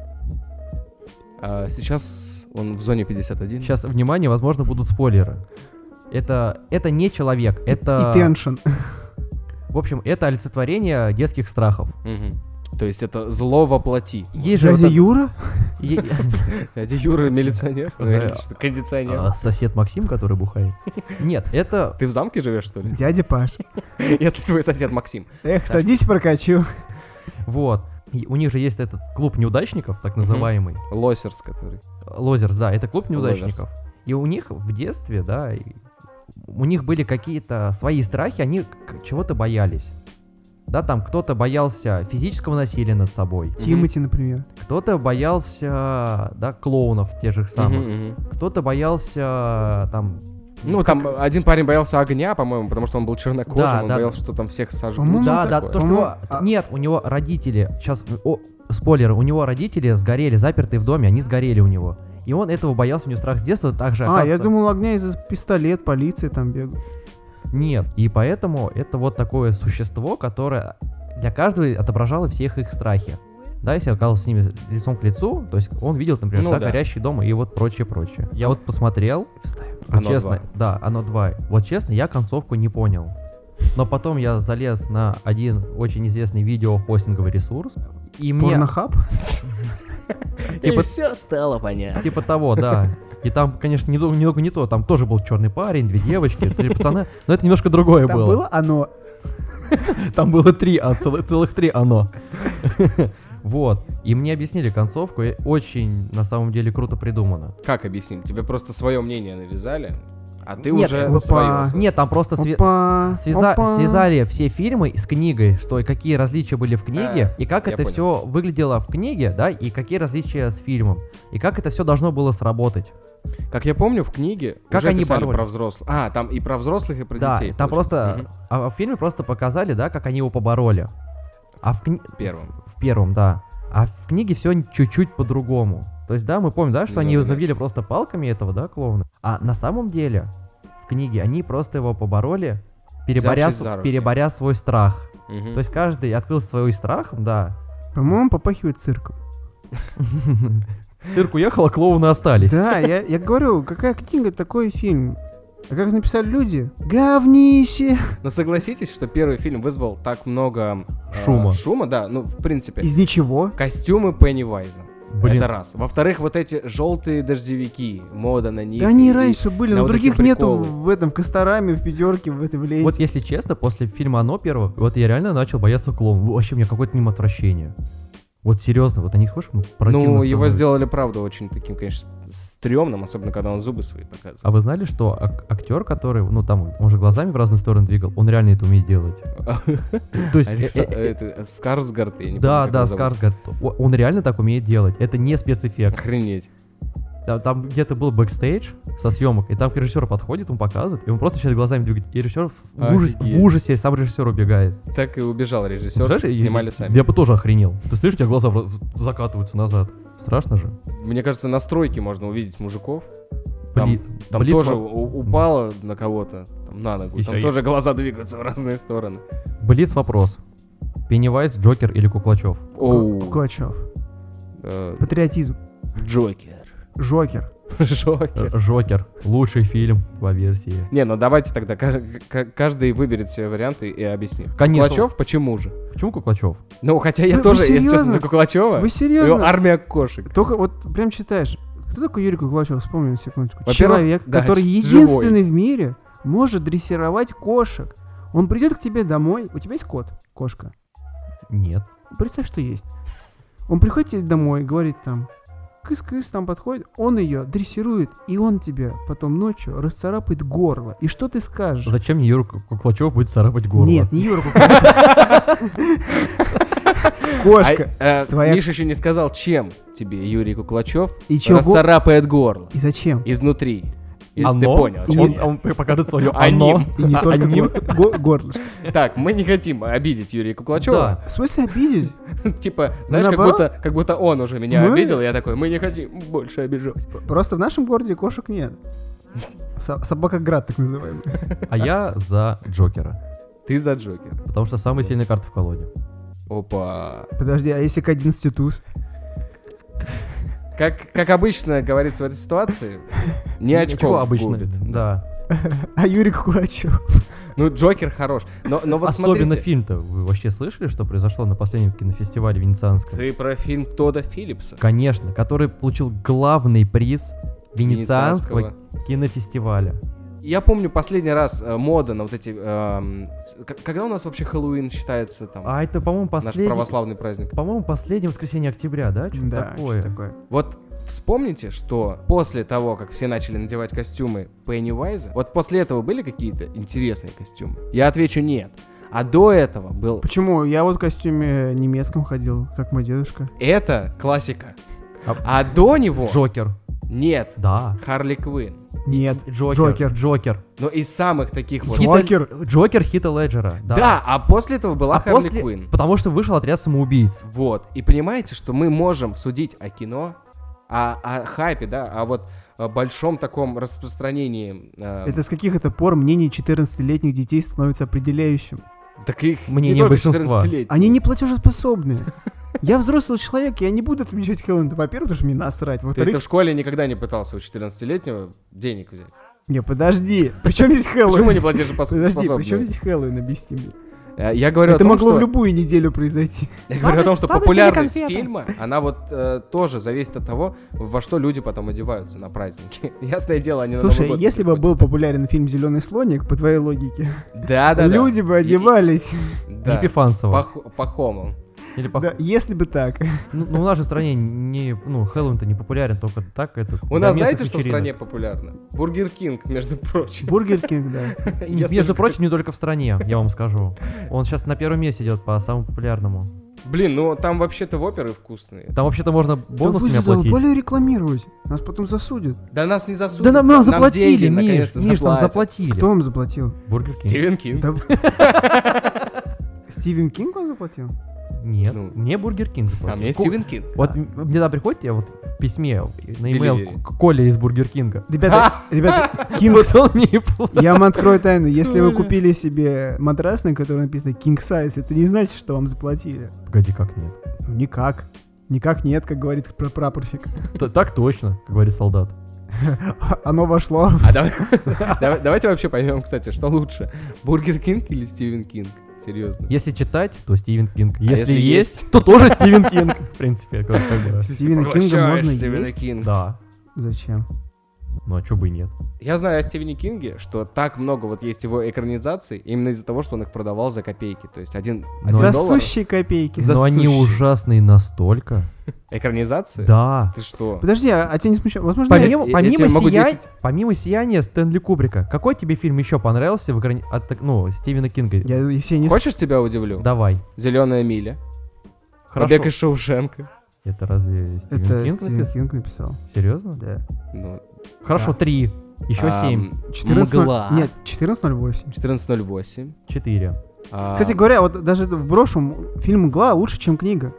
C: А, сейчас он в зоне пятьдесят один.
A: Сейчас, внимание, возможно, будут спойлеры. Это, это не человек, это...
B: И теншн.
A: В общем, это олицетворение детских страхов.
C: Мгм. То есть это зло во плоти.
A: Есть же
B: Дядя
A: вот
B: Юра?
A: это- е-
C: Дядя Юра милиционер? Ну,
A: Э,
C: или что, кондиционер.
A: а, сосед Максим, который бухает. Нет, это...
C: Ты в замке живешь, что ли?
B: Дядя Паш.
C: Если твой сосед Максим.
B: Эх, садись, прокачу.
A: Вот. И у них же есть этот клуб неудачников, так называемый.
C: Лосерс, который.
A: Лозерс, да, это клуб неудачников. И у них в детстве, да, и у них были какие-то свои страхи, они к- чего-то боялись. Да, там кто-то боялся физического насилия над собой,
B: Тимати, например.
A: кто-то боялся, да, клоунов тех же самых,
C: Мгм, мгм.
A: кто-то боялся, там...
C: Ну, там один парень боялся огня, по-моему, потому что он был чернокожим,
A: Да,
C: он
A: да.
C: боялся, что там всех сожгут.
B: По-моему,
A: Да,
C: что
A: да,
C: такое.
A: то, что
B: По-моему,
A: его...
B: а-
A: Нет, у него родители, сейчас, о, спойлеры, у него родители сгорели, запертые в доме, они сгорели у него. И он этого боялся, у него страх с детства также,
B: А, я
A: оказывается-
B: думал, огня из-за пистолет, полиции там бегал.
A: Нет, и поэтому это вот такое существо, которое для каждого отображало всех их страхи. Да, если оказался с ними лицом к лицу, то есть он видел, например,
C: Ну
A: да,
C: да.
A: горящий дом и вот прочее, прочее. Я вот посмотрел, вот
C: Оно
A: честно,
C: два.
A: да, оно два. Вот честно, я концовку не понял. Но потом я залез на один очень известный видеохостинговый ресурс, И мне...
B: Порнохаб?
A: Типа-
C: все стало понятно.
A: Типа того, да. И там, конечно, немного, немного не то. Там тоже был черный парень, две девочки, три пацана. Но это немножко другое
B: Там
A: было.
B: было оно.
A: Там было три, а целых, целых три оно. Вот. И мне объяснили концовку, и очень, на самом деле, круто придумано.
C: Как объяснить? Тебе просто свое мнение навязали, а ты
A: Нет,
C: уже
B: опа.
C: свое.
A: Нет, там просто све-
B: Опа,
A: связа-
B: опа.
A: связали все фильмы с книгой, что и какие различия были в книге,
C: А,
A: и как
C: я
A: это
C: понял.
A: все выглядело в книге, да, и какие различия с фильмом, и как это все должно было сработать.
C: Как я помню, в книге
A: Как
C: уже
A: они
C: писали
A: боролись.
C: про взрослых. А, там и про взрослых, и про
A: Да,
C: детей.
A: там
C: получается.
A: просто, а в фильме просто показали, да, как они его побороли. А в, кни-
C: Мгм. Первым.
A: в первом, да. А в книге все чуть-чуть по-другому. То есть, да, мы помним, да, что они
C: Немного
A: забили
C: иначе.
A: просто палками этого, да, клоуна. А на самом деле в книге они просто его побороли, переборя,
C: Взявшись за руки.
A: переборя свой страх.
C: Мгм.
A: То есть каждый открыл свой страх, да.
B: По-моему, попахивает цирком.
A: Цирк уехал, а клоуны остались.
B: Да, я, я говорю, какая книга, такой фильм. А как написали люди? Говнище.
C: Но согласитесь, что первый фильм вызвал так много э,
A: Шума.
C: шума, да, ну, в принципе.
B: Из ничего.
C: Костюмы Пеннивайза.
A: Блин.
C: Это раз. Во-вторых, вот эти желтые дождевики, мода на них.
B: Да они и
C: и-
B: раньше были,
C: на
B: но
C: вот эти
B: других нету
C: приколы.
B: в этом, в Костораме, в пятерке, в этой в ленте.
A: Вот если честно, после фильма «Оно» первого, вот я реально начал бояться клоунов. Вообще, у меня какое-то к ним отвращение. Вот серьезно, вот они слышишь, ну, противно
C: Ну, его
A: становится.
C: сделали, правда, очень таким, конечно, стрёмным, особенно когда он зубы свои показывает.
A: А вы знали, что ак- актер, который, ну там, он же глазами в разные стороны двигал, он реально это умеет делать? То есть,
C: Алекса-
A: э, э,
C: это, э, Скарсгард, я не
A: да,
C: помню,
A: да,
C: как его зовут.
A: Скарсгард, о- он реально так умеет делать. Это не спецэффект.
C: Охренеть.
A: Там, там где-то был бэкстейдж со съемок, и там к режиссеру подходит, он показывает, и он просто начинает глазами двигать. И режиссер в, ужас-
C: Офигеть.
A: в ужасе, сам режиссер убегает.
C: Так и убежал режиссер,
A: Представляешь, я-
C: снимали
A: я,
C: сами.
A: Я бы тоже охренел. Ты слышишь, у тебя глаза в- в- закатываются назад. Страшно же.
C: Мне кажется, на стройке можно увидеть мужиков. Там,
A: Бли-
C: там
A: Блиц
C: тоже
A: во-
C: у- упало на кого-то, там на ногу.
A: И
C: Там
A: всё, и-
C: тоже глаза двигаются в разные стороны.
A: Блиц вопрос. Пеннивайз, Джокер или Куклачев?
C: Оу,
B: Куклачев.
C: э,
B: Патриотизм.
C: Джокер.
B: Жокер.
C: Джокер.
A: Э, Жокер. Лучший фильм по версии.
C: Не, ну давайте тогда кажд- к- каждый выберет себе варианты и объяснит.
A: Конечно.
C: Куклачев, почему же?
A: Почему Куклачев?
C: Ну, хотя я
B: Вы- вы
C: тоже, если честно,
B: серьезно?
C: за Куклачева.
B: Вы
C: У него
B: серьезно?
C: армия кошек.
B: Только вот прям читаешь. Кто такой Юрий Куклачев? Вспомни на секундочку.
C: Во-первых,
B: Человек,
C: да,
B: который
C: ч-
B: единственный в мире может дрессировать кошек. Он придет к тебе домой. У тебя есть кот? Кошка.
A: Нет.
B: Представь, что есть. Он приходит к тебе домой, говорит там, кыс-кыс, там подходит, он ее дрессирует, и он тебе потом ночью расцарапает горло. И что ты скажешь?
A: Зачем мне Юра Ку- Куклачев будет царапать горло?
B: Нет, не Юра Куклачев. Кошка.
C: А, э,
B: Твоя-
C: Миша еще не сказал, чем тебе Юрий Куклачев
B: И чё, го-
C: расцарапает горло.
B: И зачем?
C: Изнутри. Если ты
A: Оно?
C: понял. о
B: И
C: чем
A: Он,
B: не-
C: я.
A: он покажет свое
C: Аним.
A: оно.
B: И не
A: А,
B: только
A: аним.
B: го- го- горлышко.
C: Так, мы не хотим обидеть Юрия Куклачева.
A: Да.
B: В смысле обидеть?
C: Типа, знаешь, как
B: наоборот?
C: будто, как будто он уже меня
B: Мы-
C: обидел, и я такой, мы не хотим больше обижать.
B: Просто в нашем городе кошек нет. Со- Собака Град, так называемый.
A: А я за Джокера.
C: Ты за Джокер.
A: Потому что самая сильная карта в колоде.
C: Опа.
B: Подожди, а если к одиннадцати туз?
C: Как, как обычно говорится в этой ситуации, не очко
A: Ничего обычно.
C: губит.
A: Да.
B: А Юрий Куклачев?
C: Ну, Джокер хорош. Но, но вот
A: Особенно
C: смотрите,
A: фильм-то. Вы вообще слышали, что произошло на последнем кинофестивале Венецианском?
C: ты про фильм Тодда Филлипса.
A: Конечно, который получил главный приз Венецианского
C: Венецианского.
A: кинофестиваля.
C: Я помню последний раз э, мода на вот эти... эм, с- к- когда у нас вообще Хэллоуин считается там?
A: А это, по-моему,
C: Наш
A: последний...
C: православный праздник.
A: По-моему, последнее воскресенье октября, да? Что-то
B: Да,
A: такое.
B: что такое.
C: Вот вспомните, что после того, как все начали надевать костюмы Пеннивайза, вот после этого были какие-то интересные костюмы? Я отвечу нет. А до этого был...
B: Почему? Я вот в костюме немецком ходил, как мой дедушка.
C: Это классика.
A: А-
C: А до него...
A: Джокер.
C: Нет.
A: Да.
C: Харли Квинн.
B: Нет,
A: Джокер.
B: Джокер.
A: Джокер.
C: Но из самых таких вот...
B: Джо- Джокер.
A: Хита- Джокер Хита Леджера. Да.
C: Да, а после этого была
A: А
C: Харли
A: после-
C: Квинн.
A: Потому что вышел отряд самоубийц.
C: Вот. И понимаете, что мы можем судить о кино, о, о хайпе, да, о вот о большом таком распространении. э,
B: Это с каких это пор мнение четырнадцатилетних детей становится определяющим?
C: Так их
A: мнение
C: не только
A: большинства.
C: четырнадцатилетних.
B: Они не платежеспособные. Я взрослый человек, я не буду отмечать Хэллоуин. Во-первых, потому что мне насрать.
C: То есть ты
B: Во-вторых,
C: в школе никогда не пытался у четырнадцатилетнего денег взять?
B: не, подожди. При чем здесь Хэллоуин?
C: Почему не платежеспособный?
B: Подожди, при чем здесь Хэллоуин, объясни мне.
C: Э, Я говорю
B: Это
C: о том,
B: могло
C: что...
B: в любую неделю произойти.
C: Я говорю о том, что
A: Ладно,
C: популярность
A: себе конфеты.
C: фильма, она вот э, тоже зависит от того, во что люди потом одеваются на праздники. Ясное дело, они на Новый
B: Слушай,
C: год
B: если бы
C: приходят.
B: был популярен фильм «Зеленый слоник», по твоей логике,
C: Да, да, да.
B: люди бы одевались.
C: Да.
A: Епифанцева.
C: По, х- по хомам.
A: Или по...
B: Да, если бы так.
A: Ну, ну, у нас же в стране не, ну, Хэллоуин-то не популярен, только так это.
C: У нас знаете, что в стране популярно? Бургер Кинг, между прочим.
B: Бургер Кинг, да.
C: Если
A: Между
C: же-
A: прочим, не только в стране, я вам скажу. Он сейчас на первом месте идет по самому популярному.
C: Блин, ну там вообще-то воперы вкусные.
A: Там вообще-то можно
B: Да
A: бонусами
B: вы
A: оплатить.
B: задолбали рекламировать. Нас потом засудят.
C: Да нас не засудят.
A: Да нам, нам заплатили,
C: деньги
A: Миш,
C: наконец-то
A: Миш, нам
C: заплатят.
A: заплатили.
B: Кто вам заплатил?
A: Бургер Кинг.
C: Стивен Кинг.
B: Да- Стивен Кинг вам заплатил?
A: Нет,
C: Ну.
A: мне Бургер Кинг
C: А
A: заплатил.
C: мне
A: Ку-
C: Стивен Кинг.
A: Вот м- мне туда приходите, вот в письме, на имейл
C: Delivery.
A: К- Коля из Бургер Кинга.
B: Ребята, ребята,
A: Вот
B: Кингс.
A: он мне и платит.
B: Я вам открою тайну. Если вы
A: Коля.
B: купили себе матрас, на котором написано King Size, это не значит, что вам заплатили.
A: Погоди, как нет?
B: Ну, никак. Никак нет, как говорит пр- прапорщик.
A: Т- Так точно, как говорит солдат.
B: Оно вошло.
C: А давай- давай- давайте вообще поймем, кстати, что лучше, Бургер Кинг или Стивен Кинг? Серьезно.
A: Если читать, то Стивен Кинг. Если,
C: А если
A: есть,
C: есть?
A: то тоже Стивен Кинг. В принципе, как, как бы.
B: Стивена
C: Ты
B: Кинга
C: поглощаешь
B: можно
C: Стивена
B: есть?
C: Кинга.
A: Да.
B: Зачем?
A: Ну а чё бы и нет.
C: Я знаю о Стивене Кинге, что так много вот есть его экранизаций, именно из-за того, что он их продавал за копейки. То есть один, один
A: Но-
C: доллар...
B: Засущие копейки.
C: За-
A: Но они
C: Засущие.
A: ужасные настолько.
C: Экранизации?
A: Да.
C: Ты что?
B: Подожди, а, а тебя не смущает? Возможно,
C: Поверь,
B: я-
A: Помимо,
C: я- я
A: помимо,
C: тебе могу
A: сиянь-
C: десять.
A: помимо сияния Стэнли Кубрика, какой тебе фильм еще понравился в экране от, так- ну, Стивена Кинга?
B: я все не...
C: Хочешь, тебя удивлю?
A: Давай.
C: Зеленая миля.
A: Хорошо.
C: Побег из Шоушенка.
A: Это разве Стивен
B: Это
A: Кинг
B: Стивен
A: написал?
B: Кинг написал.
A: Серьезно?
B: Да.
C: Ну,
A: Хорошо,
B: Да.
A: три. Еще
C: ам,
A: семь.
B: четырнадцать
C: Мгла.
B: Нет, четырнадцать ноль восемь.
C: четырнадцать ноль восемь.
A: Четыре.
C: А,
B: Кстати говоря, вот даже вброшу, м, фильм «Мгла» лучше, чем книга.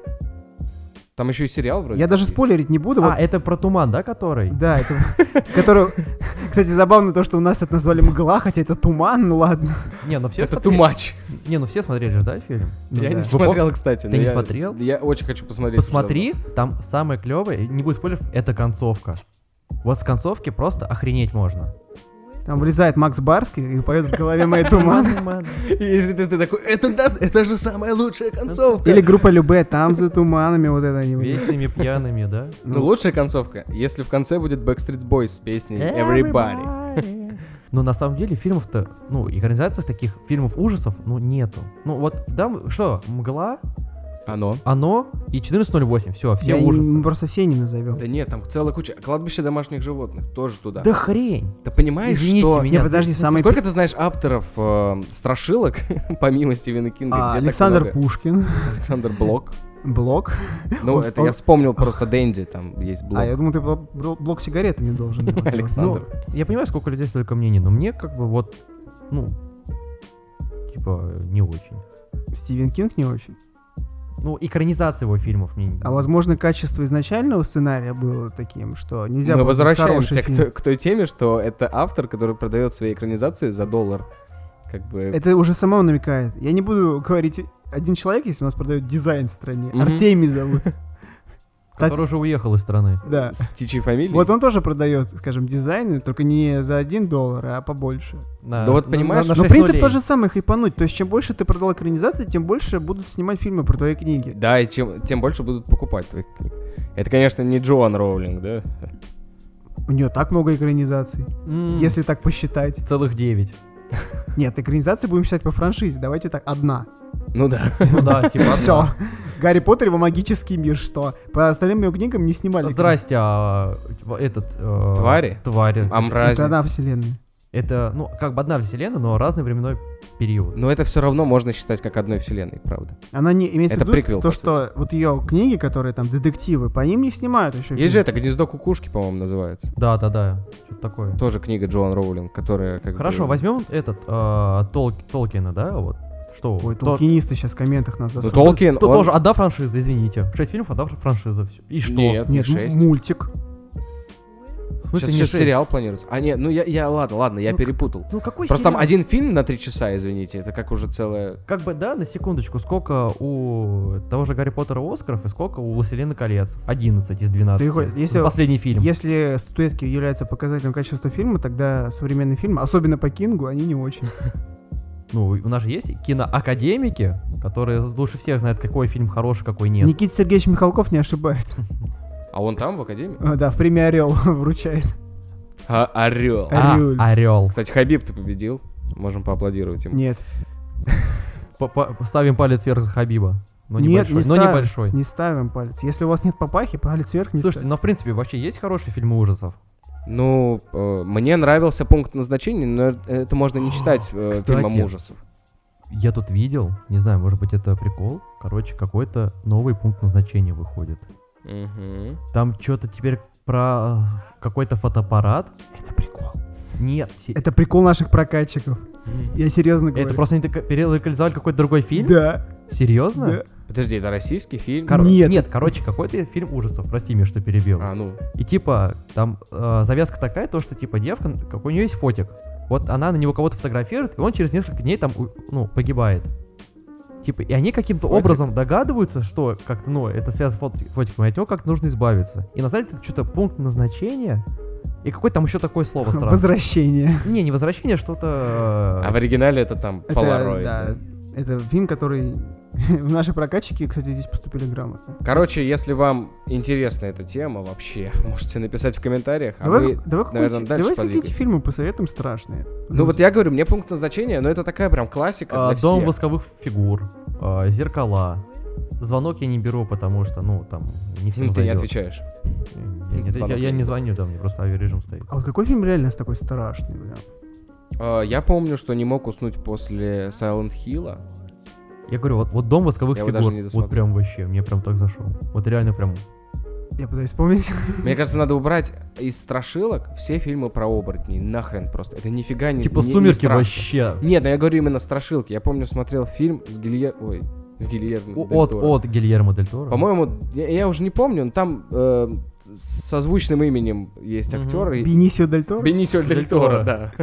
C: Там еще и сериал вроде.
B: Я даже
C: есть.
B: спойлерить не буду.
A: А,
B: вот-
A: это про туман, да, который?
B: Да, это... Которую... Кстати, забавно то, что у нас это назвали «Мгла», хотя это туман, ну ладно.
A: Не, ну все
C: Это
A: смотрели-
C: too much.
A: Не, ну все смотрели же, да, фильм?
B: Ну
C: Я
B: да.
C: не
A: Вы
C: смотрел, кстати. но
A: Ты не
C: я-
A: смотрел?
C: Я очень хочу посмотреть.
A: Посмотри, там самое клевое, не будет спойлеров, это концовка. Вот с концовки просто охренеть можно.
B: Там вылезает Макс Барский и поет в голове моей туман.
C: И ты, ты- ты такой, это, да, это же самая лучшая концовка.
B: Или группа Любэ, там за туманами вот это они.
A: Вечными пьяными, да?
C: Ну, лучшая концовка, если в конце будет Backstreet Boys с песней Everybody.
A: Но на самом деле фильмов-то, ну, экранизаций таких фильмов ужасов, ну, нету. Ну, вот, да, м- что, «Мгла»,
C: Оно?
A: «Оно» и четырнадцать ноль восемь, все, все
B: Я
A: ужасы.
B: не- просто все не назовем.
C: Да нет, там целая куча. Кладбище домашних животных тоже туда.
A: Да хрень!
C: Ты понимаешь,
A: Извините
C: что...
A: меня.
B: Не, подожди, самый...
C: Сколько ты знаешь авторов э, страшилок, помимо Стивена Кинга?
B: А,
C: где так
B: Александр
C: много?
B: Пушкин,
C: Александр Блок.
B: Блок.
C: Ну,
B: Он-
C: это
B: он-
C: я вспомнил просто Дэнди, там есть Блок.
B: А, я думал, ты бл- бл- блок сигареты не должен. был.
C: Александр.
A: Ну, я понимаю, сколько людей столько мнений, но мне как бы вот, ну, типа, не очень.
B: Стивен Кинг не очень.
A: Ну, экранизация его фильмов мне...
B: А возможно, качество изначального сценария было таким, что нельзя
C: Мы
B: было сделать
C: возвращаемся
B: хороший
C: к,
B: фильм.
C: той- к той теме, что это автор, который продает свои экранизации за доллар. Как бы...
B: Это уже само намекает. Я не буду говорить один человек, если у нас продает дизайн в стране.
C: Мгм.
B: Артемий зовут.
A: Который уже уехал из страны.
B: Да.
C: С птичьей фамилией.
B: Вот он тоже продает, скажем, дизайны, только не за один доллар, а побольше.
A: Да,
C: Да вот
A: на-
C: понимаешь,
A: на
B: Но
A: шесть
B: принцип
A: нулей.
B: тот же самый, хайпануть. То есть, чем больше ты продал экранизации, тем больше будут снимать фильмы про твои книги.
C: Да, и чем, тем больше будут покупать твоих книг. Это, конечно, не Джоан Роулинг, да?
B: У нее так много экранизаций,
A: М,
B: если так посчитать.
A: Целых девять.
B: Нет, экранизации будем считать по франшизе. Давайте так, одна.
C: Ну да.
A: Ну да, типа...
B: Все. Гарри Поттер его магический мир, что? По остальным ее книгам не снимали.
A: Здрасте, а типа, этот... э,
C: Твари?
A: Твари.
C: Амбразия.
B: Это одна вселенная.
A: Это, ну, как бы одна вселенная, но разный временной период.
C: Но это все равно можно считать как одной вселенной, правда.
B: Она не имеется
C: Это
B: в виду
C: приквел,
B: то,
C: по
B: что вот ее книги, которые там детективы, по ним не снимают еще.
C: Есть же это «Гнездо кукушки», по-моему, называется.
A: Да, да, да, что-то такое.
C: Тоже книга Джоан Роулинг, которая как
A: Хорошо,
C: бы...
A: возьмем этот, э, Тол- Толкина, да, вот. Что?
B: Ой,
A: То-
B: толкинисты сейчас в комментах нас
C: Ну,
B: засудят.
C: Толкин,
A: то
C: он-
A: тоже одна франшиза, извините. Шесть фильмов, одна франшиза. всё. И что?
C: Нет, не
B: Нет, м-
C: шесть.
B: мультик.
A: В смысле,
C: Сейчас,
A: не
C: сейчас
A: шесть?
C: сериал планируется. А, нет, ну я, я ладно, ладно, я
A: Ну,
C: перепутал.
A: Ну какой
C: Просто там
A: сериал?
C: один фильм на три часа, извините, это как уже целое...
A: Как бы, да, на секундочку, сколько у того же Гарри Поттера Оскаров и сколько у Властелина колец? одиннадцать из двенадцати.
B: Ты хоть- если-
A: За последний фильм.
B: Если статуэтки являются показателем качества фильма, тогда современный фильм, особенно по Кингу, они не очень.
A: ну, у нас же есть киноакадемики, которые лучше всех знают, какой фильм хороший, какой нет.
B: Никита Сергеевич Михалков не ошибается.
C: А он там, в академии?
B: А, Да, в премии «Орел» вручает.
C: А, Орел.
A: А,
B: Орел.
A: Орел.
C: Кстати, Хабиб-то победил. Можем поаплодировать ему.
B: Нет.
A: Ставим палец вверх за Хабиба. Но
B: Нет,
A: небольшой.
B: не
A: но
B: ставим,
A: небольшой.
B: Не ставим палец. Если у вас нет папахи, палец вверх не
A: Слушайте,
B: ставим.
A: ну в принципе вообще есть хорошие фильмы ужасов?
C: Ну, э, мне нравился «Пункт назначения», но это можно не считать э,
A: Кстати.
C: фильмом ужасов.
A: Я тут видел, не знаю, может быть это прикол. Короче, какой-то новый пункт назначения выходит.
C: Мгм.
A: Там что-то теперь про э, какой-то фотоаппарат.
B: Это прикол.
A: Нет, се-
B: Это прикол наших прокатчиков. Я серьезно говорю.
A: это просто они так перелокализовали какой-то другой фильм?
B: Да.
A: Серьезно?
B: Да.
C: Подожди, это российский фильм?
A: Кор-
B: Нет.
A: Нет, короче, какой-то фильм ужасов, прости меня, что перебил.
C: А, ну.
A: И типа, там э, завязка такая, то, что типа девка, как у нее есть фотик. Вот она на него кого-то фотографирует, и он через несколько дней там, у- ну, погибает. Типа, и они каким-то
C: Фотик?
A: образом догадываются, что как-то, ну, это связано с фото- фотиком, и от него как-то нужно избавиться. И назвали это что-то пункт назначения, и какое там еще такое слово странное.
B: Возвращение.
A: Не, не возвращение, что-то...
C: А в оригинале это там
B: Это,
C: Polaroid.
B: да,
C: да.
B: это фильм, который... Наши прокатчики, кстати, здесь поступили грамотно.
C: Короче, если вам интересна эта тема вообще, можете написать в комментариях, а
B: Давай,
C: мы,
B: давай,
C: наверное,
B: какие-то-
C: дальше
B: давай
C: подвигаемся.
B: какие-то фильмы посоветуем страшные.
C: Ну вот я говорю, мне «Пункт назначения», но это такая прям классика
A: А,
C: для
A: Дом
C: всех.
A: восковых фигур, а, Зеркала. Звонок я не беру, потому что, ну, там, не всем
C: Ну, ты не
A: зайдет.
C: отвечаешь.
A: Я, не-
C: Звонок
A: я- я
C: я
A: не
C: не
A: звоню, да, мне просто авиарежим стоит.
B: А вот какой фильм реально такой страшный, бля?
C: А, Я помню, что не мог уснуть после Silent Hill'а.
A: Я говорю, вот, вот Дом восковых
C: Я его
A: фигур,
C: даже не
A: вот
C: досмотрел.
A: прям вообще, мне прям так зашел. Вот реально прям...
B: Я пытаюсь вспомнить.
C: Мне кажется, надо убрать из страшилок все фильмы про оборотней. Нахрен просто. Это нифига не
A: Типа
C: не- не
A: «Сумерки»
C: страшно.
A: вообще.
C: Нет, ну я говорю именно страшилки. Я помню, смотрел фильм с Гильер... Ой, с Гильермо
A: О-
C: Дель
A: От,
C: Торо.
A: от Гильермо Дель Торо.
C: По-моему, я, я уже не помню, но там э, с созвучным именем есть
A: Мгм.
C: актер. и-
B: Бенисио Дель Торо?
C: Бенисио Дель
A: Дель
C: Торо,
A: Торо.
C: да.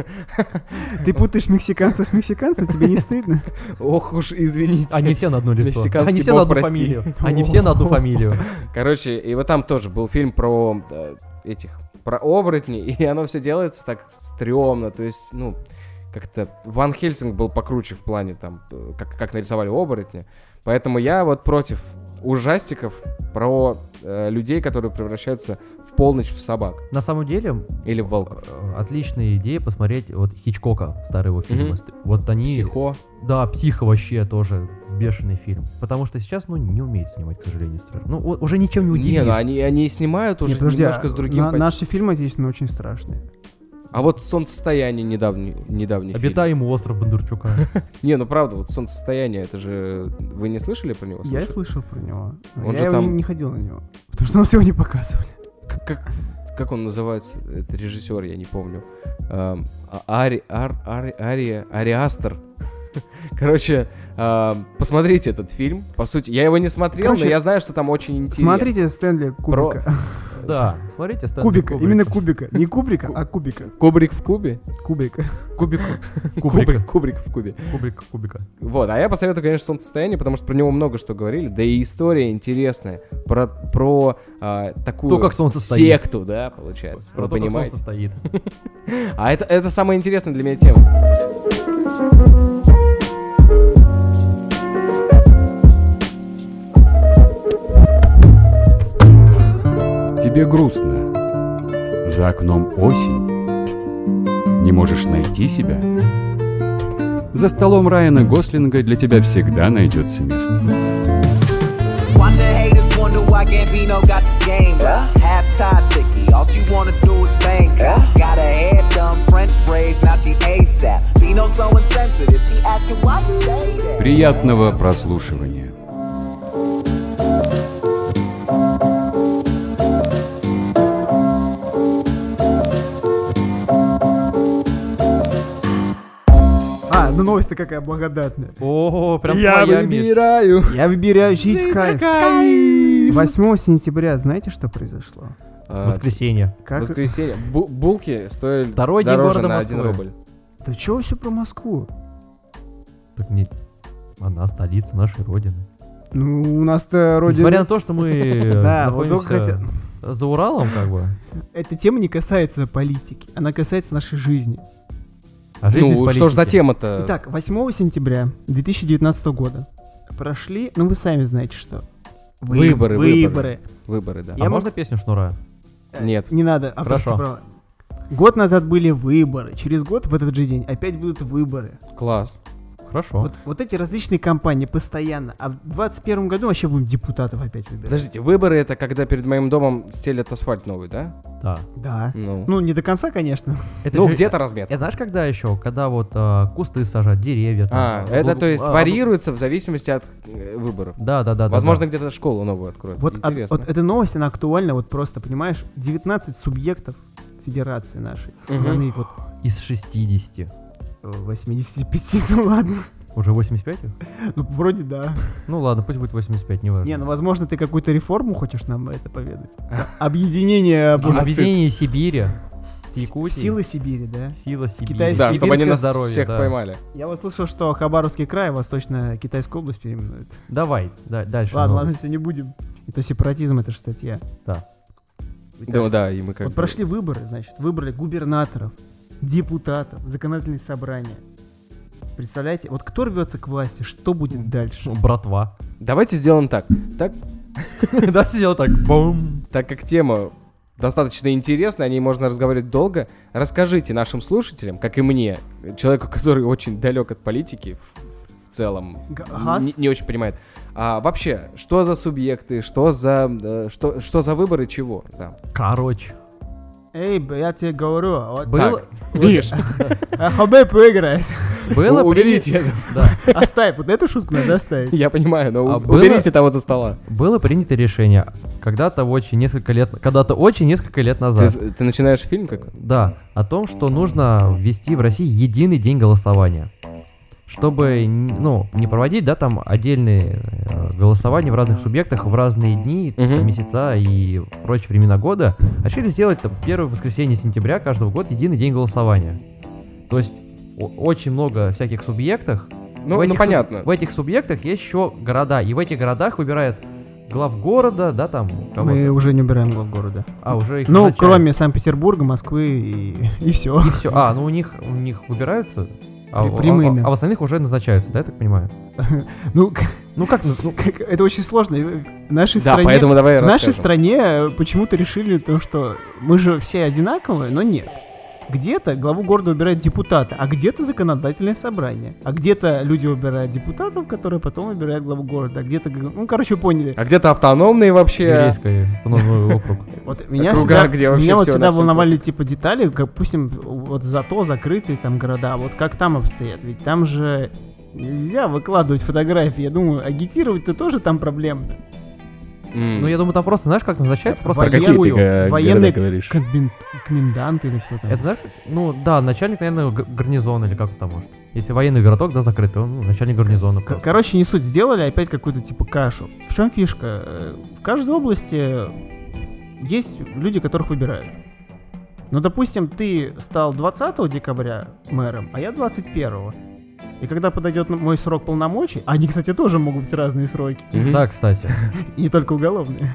B: Ты путаешь мексиканца с мексиканцем? Тебе не стыдно?
C: Ох уж, извините.
A: Они все на одно лицо.
C: Мексиканский
A: Они все на
C: бог,
A: одну
C: прости.
A: фамилию. Они все на одну фамилию.
C: Короче, и вот там тоже был фильм про э, этих, про оборотней, и оно все делается так стрёмно, то есть, ну, как-то Ван Хельсинг был покруче в плане там, э, как, как нарисовали оборотня, поэтому я вот против ужастиков про э, людей, которые превращаются в полночь в собак
A: На самом деле,
C: или в волков.
A: э, отличная идея посмотреть вот Хичкока, старого фильма.
C: Мгм.
A: Ст- Вот они...
C: Психо.
A: Да, «Психо» вообще тоже бешеный фильм. Потому что сейчас, ну, не умеет снимать, к сожалению, страшно. Ну, о- уже ничем не удивишь.
C: Не, ну они, они снимают уже
B: Не, подожди,
C: немножко
B: а
C: с другим...
B: на-
C: под-
B: Наши фильмы здесь ну, очень страшные.
C: А вот «Солнцестояние» недавний, недавний фильм.
A: Обитаемый остров Бондарчука.
C: Не, ну правда, вот «Солнцестояние», это же... Вы не слышали про него?
B: Я
C: Слышали?
B: слышал про него. но
C: Он
B: я
C: же
B: его
C: там-
B: не ходил на него. Потому что нас его не показывали.
C: Как, как, как он называется, это режиссер, я не помню. Эм, а- Ари, ар, ари, ария, Ариастер. Короче, эм, посмотрите этот фильм. По сути, я его не смотрел,
B: Короче,
C: но я знаю, что там очень интересно.
B: Смотрите Стэнли Кубрика.
A: Да, смотрите, Стэнли
B: Кубика,
A: Кубрик.
B: именно Кубика. Не Кубрика, а Кубика.
C: Кубрик в кубе?
B: Кубика.
A: Кубик.
C: Кубрик,
A: Кубрика.
C: Кубрик в кубе.
A: Кубик, кубика.
C: Вот, а я посоветую, конечно, «Солнцестояние», потому что про него много что говорили, да и история интересная. Про, про а, такую
A: То, как солнце стоит.
C: секту, да, получается.
A: Про
C: Вы
A: то, как
C: понимаете?
A: солнце стоит.
C: А это, это самая интересная для меня тема.
D: Тебе грустно. За окном осень. Не можешь найти себя? За столом Райана Гослинга для тебя всегда найдется место.
E: Watching haters wonder why Gambino got the game. Half Todd Vicky, all she wanna do is bang. Got her hair done, French braids, now she ASAP. Bino so insensitive, she asking why you say that.
D: Приятного прослушивания.
B: А, ну новость-то какая благодатная.
A: О, прям
C: Я
A: твоя, Миш.
C: выбираю.
B: Я выбираю жить в кайф. восьмого сентября, знаете, что произошло?
C: А,
A: Воскресенье.
B: Как...
C: Воскресенье. Бу- булки стоили
A: Второй день
C: дороже
A: города
C: на
A: Москвы.
C: один рубль.
B: Да чего все про Москву?
A: Так не... Она столица нашей родины.
B: Ну, у нас-то родина...
A: Несмотря на то, что мы
B: Да, вот только
A: находимся за Уралом, как бы.
B: Эта тема не касается политики, она касается нашей жизни.
A: А жизнь без
C: Ну, что ж за
A: политики.
C: тема-то?
B: Итак, восьмого сентября две тысячи девятнадцатого года прошли, ну вы сами знаете что. Вы-
C: Выборы,
B: Выборы.
C: выборы. Выборы, да.
A: А
B: Я
A: можно
B: могу-
A: песню Шнура?
C: Нет.
B: Не надо. а
A: Хорошо.
B: просто права. Год назад были выборы. Через год в этот же день опять будут выборы.
C: Класс.
A: Хорошо.
B: Вот, вот эти различные кампании постоянно. А в двадцать первом году вообще будем депутатов опять выбирать.
C: Подождите, выборы это когда перед моим домом стелят асфальт новый, да?
A: Да.
B: Да.
C: Ну,
B: Ну, не до конца, конечно.
A: Это
C: ну
A: же-
C: где-то разметка.
A: Это знаешь, когда еще? Когда вот а, кусты сажать, деревья. там,
C: А,
A: а,
C: это
A: лу-
C: то есть
A: а,
C: варьируется в зависимости от э, выборов.
A: Да, да, да. да,
C: Возможно,
A: да.
C: где-то школу новую откроют.
B: Вот, от-
C: Интересно.
B: вот эта новость, она актуальна, вот просто, понимаешь, девятнадцать субъектов федерации нашей
C: Мгм.
B: страны, вот
A: Из шестидесяти.
B: э, восемьдесят пять, ну ладно.
A: Уже восемьдесят пять?
B: Ну, вроде да.
A: Ну ладно, пусть будет восемьдесят пять, не важно.
B: Не, ну, возможно, ты какую-то реформу хочешь нам это поведать? Объединение об-
A: Объединение Сибири с Якутией.
B: Силы Сибири, да?
A: Сила Сибири.
B: Китай-
C: Да, чтобы они
A: Сибирское
C: нас
A: здоровье,
C: всех
A: да.
C: поймали.
B: Я вот слышал, что Хабаровский край, Восточно-Китайскую область переименуют.
A: Давай, да, дальше.
B: Ладно,
A: новость.
B: ладно, все, не будем. Это сепаратизм, это же статья.
A: Да.
C: Да, да, и мы как
B: Вот
C: бы-
B: прошли выборы, значит, выбрали губернаторов, депутатов, законодательные собрания. Представляете, вот кто рвется к власти, что будет дальше?
A: Ну, братва.
C: Давайте сделаем так. Так,
A: Да, сидел так, бум.
C: так как тема достаточно интересная, о ней можно разговаривать долго, расскажите нашим слушателям, как и мне, человеку, который очень далек от политики в, в целом,
B: Г- газ?
C: не, не очень понимает, а вообще, что за субъекты, что за, э, что, что за выборы чего? Да.
A: Короче.
B: Эй, б- я тебе говорю, вот
A: Было,
C: Миш,
B: а ХБ поиграет.
A: было
C: уберите это.
A: Да.
B: Оставь, вот эту шутку надо оставить.
C: Я понимаю, но
A: А
C: у-
A: было-
C: уберите того за стола.
A: Было принято решение когда-то очень несколько лет, когда-то очень несколько лет
C: Ты,
A: назад.
C: с- ты начинаешь фильм как?
A: Да, о том, что нужно ввести в России единый день голосования. Чтобы, н- ну, не проводить, да, там отдельные э, голосования в разных субъектах в разные дни,
C: Мгм.
A: там, месяца и прочие времена года, а решили сделать там первое воскресенье сентября каждого года единый день голосования. То есть о- очень много всяких субъектах.
C: Ну,
A: В
C: ну
A: этих суб-
C: понятно.
A: В этих субъектах есть еще города, и в этих городах выбирают глав города, да, там кого-то.
B: Мы уже не убираем глав города.
A: А, уже их
B: Ну,
A: назначают.
B: кроме Санкт-Петербурга, Москвы и, и все.
A: И все. А, ну у них у них выбираются, а,
B: При-
A: а-
B: прямыми.
A: а- а в остальных уже назначаются, да, я так понимаю?
B: Ну,
A: Ну как, наз- ну,
B: как- это очень сложно. В нашей
C: Да,
B: стране,
C: поэтому давай
B: в нашей
C: расскажем.
B: стране э, почему-то решили то, что мы же все одинаковые, но нет. Где-то главу города выбирают депутаты, а где-то законодательное собрание. А где-то люди выбирают депутатов, которые потом выбирают главу города. А где-то, г- ну, короче, вы поняли.
C: А где-то автономные вообще.
A: Еврейский автономный округ.
B: Вот меня
C: округа,
B: всегда,
C: где вообще
B: меня вот
C: всё
B: всегда
C: на всем
B: волновали типа детали, как, допустим, вот зато закрытые там города, вот как там обстоят, ведь там же нельзя выкладывать фотографии, я думаю, агитировать-то тоже там проблема.
C: М.
A: Ну я думаю, там просто, знаешь, как назначается, просто
B: Воен-
A: какую.
C: га-
B: военный
C: города говоришь?
B: комен- комендант или кто там.
A: Это знаешь, как- ну да, начальник, наверное, г- гарнизона или как это может. Если военный городок, да, закрытый, он ну, начальник гарнизона.
B: К-
A: просто.
B: Короче, не суть, сделали опять какую-то типа кашу. В чем фишка? Э, В каждой области есть люди, которых выбирают. Ну, допустим, ты стал двадцатого декабря мэром, а я двадцать первого. И когда подойдет мой срок полномочий, а они, кстати, тоже могут быть разные сроки,
C: Мгм.
A: Да, кстати.
B: и не только уголовные.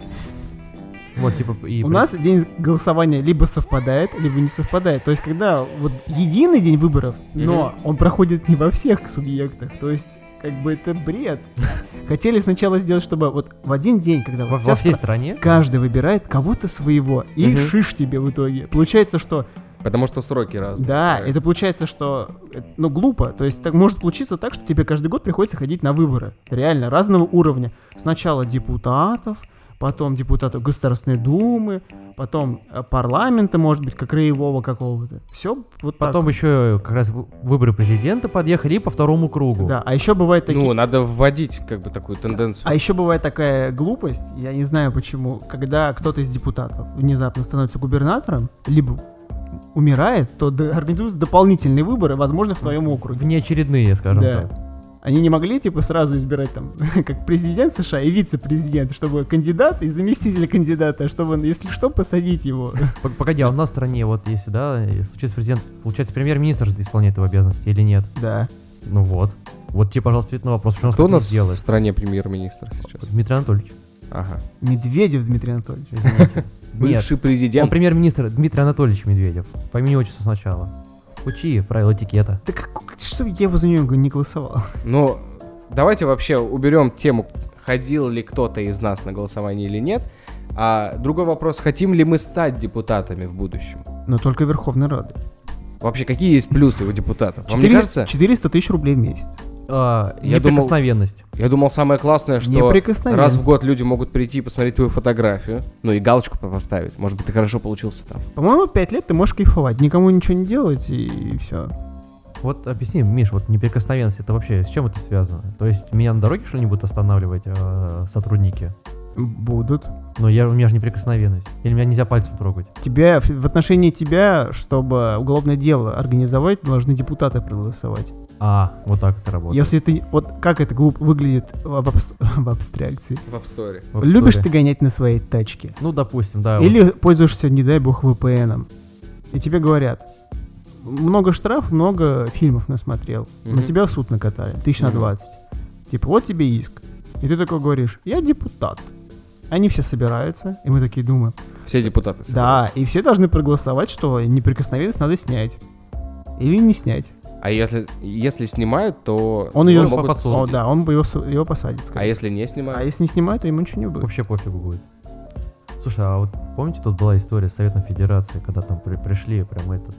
A: Вот, типа, и...
B: У
A: при-
B: нас день голосования либо совпадает, либо не совпадает. То есть, когда вот единый день выборов, но он проходит не во всех субъектах. То есть, как бы это бред. Хотели сначала сделать, чтобы вот в один день, когда
A: во,
B: вот
A: во
B: вся
A: всей
B: стра-
A: стране.
B: каждый выбирает кого-то своего, и
C: Мгм.
B: шиш тебе в итоге. Получается, что
C: Потому что сроки разные.
B: да, это получается, что э, ну глупо. То есть так может случиться так, что тебе каждый год приходится ходить на выборы. Реально, разного уровня. Сначала депутатов, потом депутатов Государственной Думы, потом э, парламента, может быть, как краевого какого-то. Все вот так.
A: Потом еще как раз вы- выборы президента подъехали и по второму кругу.
B: Да, а еще бывает такие...
C: Ну, надо вводить как бы такую тенденцию.
B: А еще бывает такая глупость, я не знаю почему, когда кто-то из депутатов внезапно становится губернатором, либо умирает, то д- организуются дополнительные выборы, возможно, в твоем округе.
A: Внеочередные, скажем
B: Да.
A: так.
B: Они не могли, типа, сразу избирать там, как президент США и вице-президент, чтобы кандидат и заместитель кандидата, чтобы, если что, посадить его.
A: П- Погоди, а у нас в стране, вот если, да, если случится президент, получается, премьер-министр же исполняет его обязанности или нет?
B: Да.
A: Ну вот. Вот тебе, пожалуйста, ответ на вопрос, почему
C: Кто у
A: он
C: нас
A: так
C: в
A: не делает?
C: стране премьер-министр сейчас?
A: Дмитрий Анатольевич.
C: Ага.
B: Медведев Дмитрий Анатольевич.
A: Извините. Нет,
C: Бывший
A: он
C: президент.
A: премьер-министр Дмитрий Анатольевич Медведев. По имени отчеству сначала. Учи правила этикета.
B: Так как- что я бы за нее не голосовал?
C: Ну, давайте вообще уберем тему, ходил ли кто-то из нас на голосование или нет. А другой вопрос, хотим ли мы стать депутатами в будущем?
B: Но только Верховной Рады.
C: Вообще, какие есть плюсы у депутатов? Вам не
B: четыреста
C: кажется?
B: четыреста тысяч рублей в месяц.
A: А,
C: Я думал-
A: неприкосновенность.
C: Я думал, самое классное, что
B: Неприкосновенно.
C: раз в год люди могут прийти и посмотреть твою фотографию, ну и галочку поставить. Может быть, ты хорошо получился там.
B: По-моему, пять лет ты можешь кайфовать, никому ничего не делать, и, все.
A: Вот объясни, Миш, вот неприкосновенность, это вообще с чем это связано? То есть меня на дороге что ли не будут останавливать э, сотрудники?
B: Будут.
A: Но я, у меня же неприкосновенность. Или меня нельзя пальцем трогать?
B: Тебя, в в отношении тебя, чтобы уголовное дело организовать, должны депутаты проголосовать.
A: А, вот так это работает.
B: Если ты... Вот как это глупо выглядит в, абс- в абстракции.
C: В App Store.
A: В
B: Любишь
A: App
B: ты
A: Store.
B: гонять на своей тачке?
A: Ну, допустим, да.
B: Или пользуешься, не дай бог, ви пи эн. И тебе говорят, много штрафов, много фильмов насмотрел. На
C: Мгм.
B: тебя в суд накатали, тысяч на
C: Мгм.
B: двадцать. Типа, вот тебе иск. И ты такой говоришь, я депутат. Они все собираются, и мы такие думаем,
C: Все депутаты.
B: да,
C: собираются.
B: и все должны проголосовать, что неприкосновенность надо снять. Или не снять.
C: А если, если снимают, то
B: Он
C: ну,
B: ее...
C: могут
A: под суд.
B: О,
C: судить.
B: да, он бы его, су- его посадит.
C: А
B: скорее.
C: если не снимают?
B: А если не снимают, то ему ничего не будет.
A: Вообще пофигу будет. Слушай, а вот помните, тут была история с Советом Федерации, когда там при- пришли прям этот...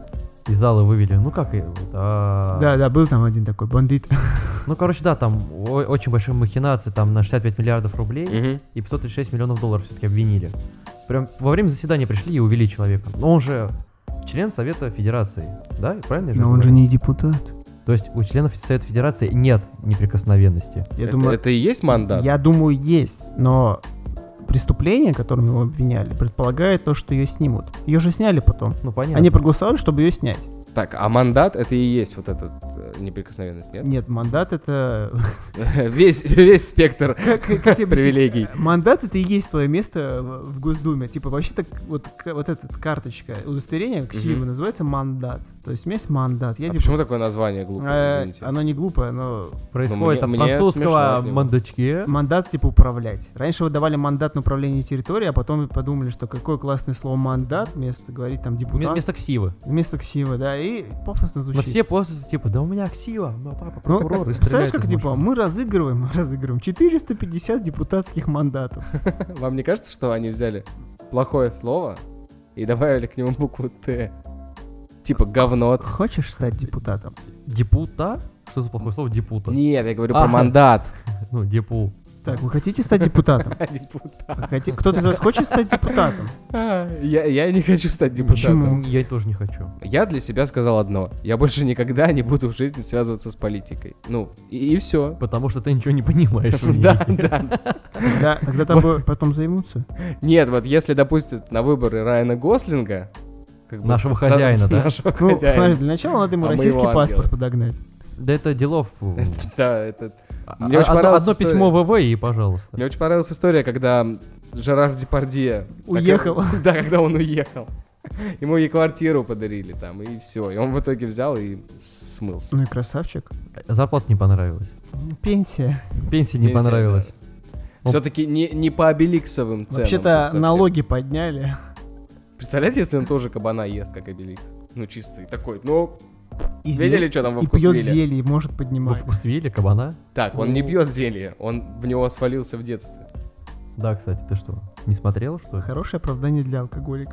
A: Из зала вывели, ну как и... вот, а,
B: Да, да, был там один такой бандит.
A: Ну, короче, да, там о- очень большие махинации, там на шестьдесят пять миллиардов рублей
C: Мгм.
A: и пятьсот тридцать шесть миллионов долларов все-таки обвинили. Прям во время заседания пришли и увели человека. Но он же член Совета Федерации, да? Правильно я же
B: Но он
A: говорю?
B: же не депутат.
A: То есть у членов Совета Федерации нет неприкосновенности.
B: Я
C: это,
B: думаю,
C: это и есть мандат?
B: Я думаю, есть, но преступление, которым его обвиняли, предполагает то, что ее снимут. Ее же сняли потом.
A: Ну, понятно.
B: Они проголосовали, чтобы ее снять.
C: Так, а мандат это и есть вот этот э, неприкосновенность, нет?
B: Нет, мандат это...
C: Весь, весь спектр
B: Как- как тебе объяснить?
C: привилегий.
B: Мандат это и есть твое место в в Госдуме. Типа вообще так вот, к- вот эта карточка удостоверения, ксивы,
C: Мгм.
B: называется мандат. То есть у меня есть мандат. Я
C: А
B: депутат.
C: почему такое название глупое,
B: Э,
C: извините?
B: Оно не глупое, но
A: Происходит
C: Ну,
A: от
C: мне- мне смешно
A: французского
C: от него.
A: мандачке.
B: мандат типа управлять. Раньше вы давали мандат на управление территорией, а потом подумали, что какое классное слово мандат вместо говорить там депутат.
A: Вместо ксивы.
B: Вместо ксивы, да, и пафосно звучит.
A: Но все после типа, да у меня ксива, мой папа
B: Ну,
A: прокурор, и
B: представляешь,
A: стреляет
B: как
A: из
B: типа
A: машины.
B: мы разыгрываем, разыгрываем четыреста пятьдесят депутатских мандатов.
C: Вам не кажется, что они взяли плохое слово и добавили к нему букву Т? Типа говно.
B: Хочешь стать депутатом?
A: Депута? Что за плохое слово депута?
C: Нет, я говорю
A: А.
C: про мандат.
A: Ну, депу.
B: Так, вы хотите стать депутатом?
C: Депутат.
B: Вы хоти- Кто-то из вас хочет стать депутатом?
C: А, Я, я не хочу стать депутатом.
B: Почему?
A: Я тоже не хочу.
C: Я для себя сказал одно. Я больше никогда не буду в жизни связываться с политикой. Ну, и, все.
A: Потому что ты ничего не понимаешь в ней.
C: Да, да.
B: Тогда, тогда тобой потом займутся.
C: Нет, вот если допустят на выборы Райана Гослинга... как бы
A: Нашего
C: со-
A: хозяина, да?
C: Нашего
B: Ну,
C: хозяина.
B: смотри, для начала надо ему
C: А мы
B: российский
C: его
B: паспорт
C: ангелы.
B: подогнать.
A: Да это делов.
C: Да, это...
A: А-
C: Мне очень
A: одно,
C: понравилась
A: одно
C: история.
A: письмо ВВ и пожалуйста.
C: Мне очень понравилась история, когда Жерар Депардье...
B: Уехал.
C: так- Да, когда он уехал. Ему и квартиру подарили там, и все. И он в итоге взял и смылся.
B: Ну и красавчик.
A: Зарплата не понравилась.
B: Пенсия.
A: Пенсия не
C: Пенсия,
A: понравилась. Он-
C: Все-таки не, не по обеликсовым ценам.
B: Вообще-то
C: тут совсем.
B: налоги подняли.
C: Представляете, если он тоже кабана ест, как Обеликс? Ну, чистый такой. Ну,
B: И
C: видели,
B: зе-
C: что там во
B: И пьет
C: вкусвилле?
B: зелье, и может
A: Во
B: поднимать.
A: вкусвилле кабана?
C: Так, он не
B: Ну.
C: пьет зелье, он в него свалился в детстве.
A: Да, кстати, ты что, не смотрел, что ли?
B: Хорошее оправдание для алкоголиков.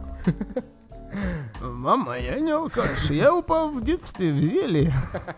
B: Мама, я не алкаш, я упал в детстве в зелье.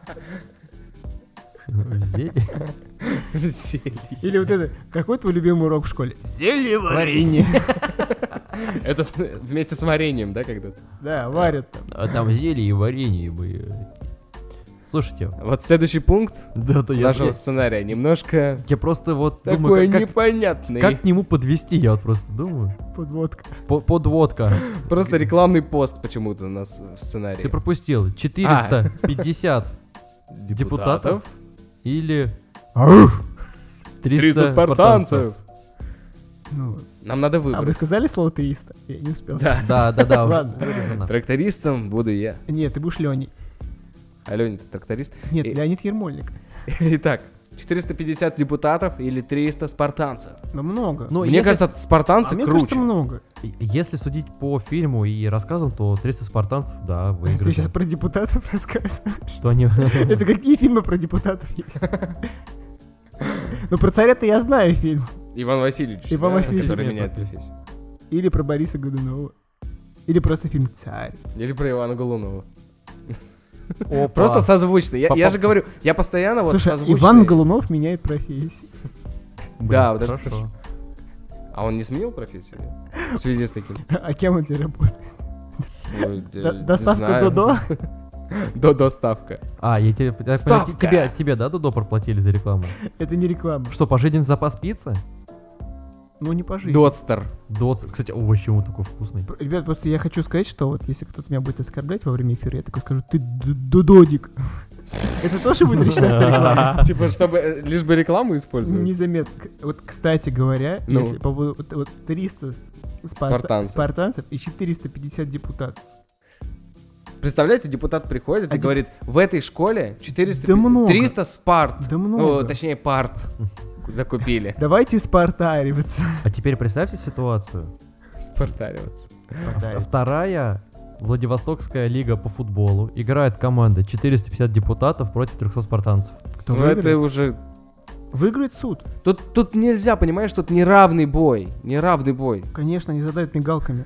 A: Зелье?
C: Зелье.
B: Или вот это, какой твой любимый урок в школе? Зелье варенье.
C: Это вместе с вареньем, да, когда-то?
B: Да, варят там.
A: А там зелье и варенье, блядь. Слушайте,
C: Вот следующий пункт
A: да, то я,
C: нашего
A: я,
C: сценария немножко
A: я просто вот
C: такой
A: думаю, как, как,
C: непонятный.
A: как к нему подвести, я вот просто думаю.
B: Подводка.
A: По- подводка.
C: Просто рекламный пост почему-то у нас в сценарии.
A: Ты пропустил четыреста пятьдесят депутатов или триста
C: триста спартанцев.
B: Ну,
C: Нам надо
B: а вы
C: выбрать.
B: сказали слово триста? Я не успел.
C: Да.
A: Да, да, да.
B: Ладно.
A: вырежено.
C: Трактористом буду я.
B: Нет, ты будешь Леней.
C: Алёня, ты тракторист?
B: Нет,
C: И-
B: Леонид Ермольник.
C: Итак, четыреста пятьдесят депутатов или триста спартанцев?
B: Ну, много.
A: Ну,
C: Мне
A: если-
C: кажется, спартанцы
B: а мне
C: круче.
B: кажется, много.
A: И- Если судить по фильму и рассказам, то триста спартанцев, да,
B: Ты
A: выиграли.
B: сейчас про депутатов рассказываешь?
A: Что они...
B: Это какие фильмы про депутатов есть? Ну, про царя-то я знаю фильм.
C: Иван Васильевич,
B: Иван
C: да,
B: Васильевич.
C: который
A: Нет,
C: меняет
A: нет.
C: профессию.
B: Или про Бориса Годунова. Или просто фильм «Царь».
C: Или про Ивана Голунова.
A: Опа.
C: Просто созвучно. Я, я
A: Папа.
C: же говорю, я постоянно вот
B: Слушай,
C: созвучный.
B: Иван Голунов меняет профессию.
A: Блин,
C: Да, вот это
A: хорошо.
C: А он не сменил профессию? нет? В связи с таким?
B: А кем он теперь работает?
C: Ой,
B: Д-
C: э, не
B: Доставка
C: знаю.
B: Додо?
C: До-до ставка.
A: А, я тебе, я понимаю,
C: Ставка.
A: тебе, тебе, да, Дудо проплатили за рекламу?
B: Это не реклама.
A: Что, пожизненный запас пиццы?
B: Ну, не по жизни.
C: Дотстер.
A: Доц, кстати, о, почему такой вкусный?
B: П- Ребят, просто я хочу сказать, что вот если кто-то меня будет оскорблять во время эфира, я такой скажу, ты д- дододик. Это тоже будет считаться рекламой?
C: Типа, чтобы э, лишь бы рекламу использовать.
B: Незаметно. К- Вот, кстати говоря,
C: Ну.
B: если по поводу вот, вот триста спарта-
C: Спартанцев.
B: спартанцев и четыреста пятьдесят депутатов.
C: Представляете, депутат приходит
B: А
C: и
B: деп-
C: говорит, в этой школе четыреста,
B: Да много.
C: триста спарт.
B: Да
C: Ну,
B: много.
C: точнее, парт закупили.
B: Давайте спартариваться.
A: А теперь представьте ситуацию.
C: Спартариваться.
A: Вторая Владивостокская лига по футболу. Играет команда четыреста пятьдесят депутатов против трехсот спартанцев.
B: Кто
C: Ну, это
B: выиграет?
C: уже...
B: Выиграет суд.
C: Тут, тут нельзя, понимаешь, тут неравный бой. Неравный бой.
B: Конечно, они задают мигалками.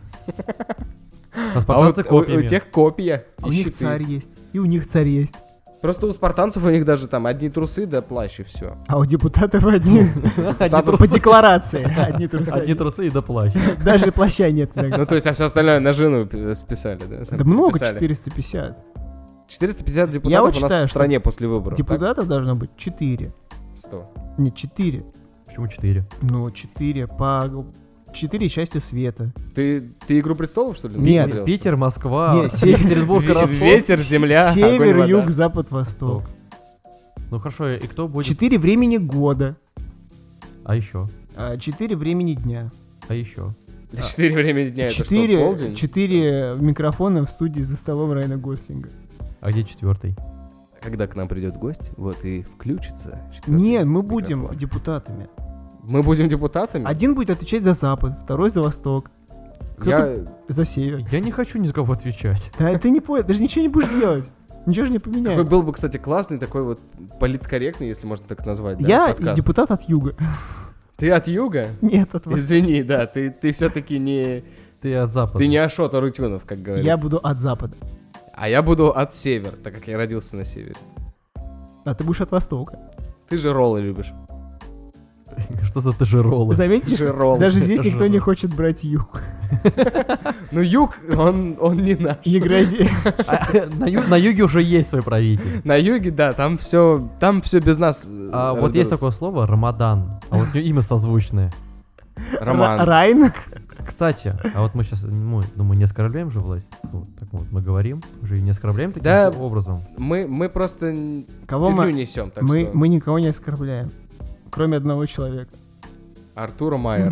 A: А
C: А
A: спартанцы
C: вот у, у
A: копьями.
C: тех копья
B: А
C: и
B: у них
C: щиты.
B: царь есть. И у них царь есть.
C: Просто у спартанцев у них даже там одни трусы да плащ и все.
B: А у депутатов одни
A: Одни
B: по
A: трусы.
B: декларации. Одни трусы.
A: Одни трусы и до плащ.
B: Даже плаща нет иногда.
C: Ну, то есть, а все остальное на жену п- списали, да?
B: Да много,
C: Писали.
B: четыреста пятьдесят.
C: четыреста пятьдесят
B: Я
C: депутатов
B: вот
C: у нас
B: считаю,
C: в стране после выборов. так?
B: Депутатов должно быть четыре.
C: сто.
B: Нет, четыре.
A: Почему четыре?
B: Ну, четыре по... Четыре части света.
C: Ты, ты «Игру престолов», что ли?
B: Нет,
C: насмотрелся?
A: Питер, Москва,
B: Не, се-
A: Екатеринбург и
C: Ве-
A: Ростов.
C: Ветер, земля, огонь,
B: Север,
C: вода.
B: юг, запад, восток.
A: Восток. Ну хорошо, и кто будет?
B: Четыре времени года.
A: А еще?
B: а, Четыре времени дня.
A: А еще?
C: Четыре времени дня, это что,
B: Четыре,
C: полдень?
B: четыре микрофона в студии за столом Райана Гослинга.
A: А где четвертый?
C: Когда к нам придет гость, вот и включится четвертый
B: Нет, мы будем
C: микрофон.
B: депутатами.
C: Мы будем депутатами?
B: Один будет отвечать за запад, второй за восток,
C: Я...
B: за север.
A: Я не хочу ни за кого отвечать.
B: Да ты не понял, ты же ничего не будешь делать. Ничего же не
C: Какой
B: поменяешь.
C: был бы, кстати, классный, такой вот политкорректный, если можно так назвать, да,
B: Я
C: подкаст.
B: депутат от юга.
C: Ты от юга?
B: Нет, от вас.
C: Извини, да, ты, ты все-таки не...
A: Ты от запада.
C: Ты не Ашот Арутюнов, как говорится.
B: Я буду от запада.
C: А я буду от севера, так как я родился на севере.
B: А ты будешь от востока.
C: Ты же роллы любишь.
A: Что за тажиролы?
B: Заметьте,
C: Же
B: что
C: роллы.
B: даже здесь никто
A: Жиролы.
B: не хочет брать юг.
C: Ну, юг, он, он не наш.
B: Не грози.
A: А, на, ю- на юге уже есть свой правитель.
C: На юге, да, там все, там все без нас. э,
A: А вот есть
C: разберутся.
A: такое слово Рамадан. А вот у него имя созвучное.
C: Роман.
B: Р- Райн.
A: Кстати, а вот мы сейчас, мы, думаю, не оскорбляем же власть. Ну, так вот мы говорим, уже и не оскорбляем таким
C: Да.
A: образом.
C: Мы, мы просто н-
B: Кого
C: фигню
B: мы...
C: несем, так
B: Мы,
C: что...
B: мы никого не оскорбляем. Кроме одного человека.
C: Артура Майера.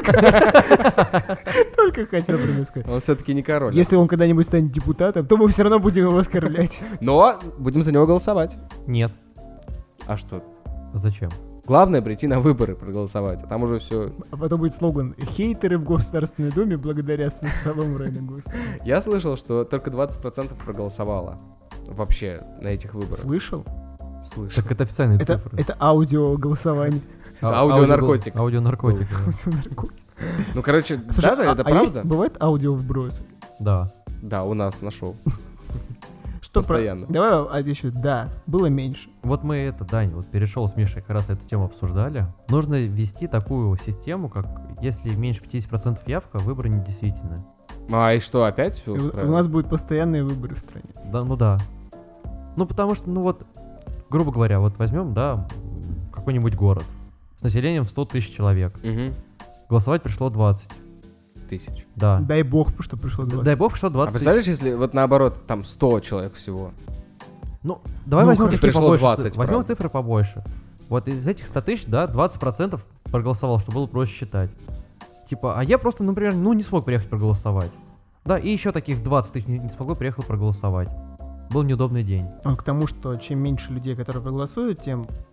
B: Только хотел про него сказать.
C: Он все-таки не король.
B: Если он когда-нибудь станет депутатом, то мы все равно будем его оскорблять.
C: Но будем за него голосовать.
A: Нет.
C: А что?
A: Зачем?
C: Главное прийти на выборы проголосовать, а там уже все.
B: А потом будет слоган «Хейтеры в Государственной Думе благодаря со столом Райана Гослинга».
C: Я слышал, что только двадцать процентов проголосовало вообще на этих выборах.
B: Слышал?
C: Слышал.
A: Так это официальные
B: Это,
A: цифры.
B: это аудиоголосование.
C: это аудионаркотик.
A: Аудионаркотик. да.
C: Ну, короче,
B: Слушай,
C: да, да,
B: а-
C: это
B: а есть-
C: правда?
B: бывает аудио вбросы?
A: Да.
C: Да, у нас на шоу.
B: Что про-
C: Постоянно.
B: Давай а, еще, да, было меньше.
A: Вот мы это, Дань, вот перешел с Мишей, как раз эту тему обсуждали. Нужно ввести такую систему, как если меньше пятьдесят процентов явка, выборы недействительны.
C: А, и что, опять все
B: И у, у нас будут постоянные выборы в стране.
A: Да, ну да. Ну потому что, ну вот, грубо говоря, вот возьмем, да, м, какой-нибудь город с населением сто тысяч человек. Голосовать пришло двадцать.
C: Тысяч.
A: Да.
B: Дай бог, что пришло двадцать.
A: Дай бог, пришло
C: А
A: двадцать тысяч.
C: представляешь, если вот наоборот, там сто человек всего?
A: Ну, давай
B: Ну,
A: возьмем
B: хорошо.
A: такие
C: Пришло
A: побольше.
C: двадцать,
A: ци- возьмем
C: правда.
A: цифры побольше. Вот из этих ста тысяч, да, двадцать процентов проголосовал, чтобы было проще считать. Типа, а я просто, например, ну не смог приехать проголосовать. Да, и еще таких двадцать тысяч не, не смогло, приехал проголосовать. Был неудобный день.
B: Он к тому, что чем меньше людей, которые проголосуют, тем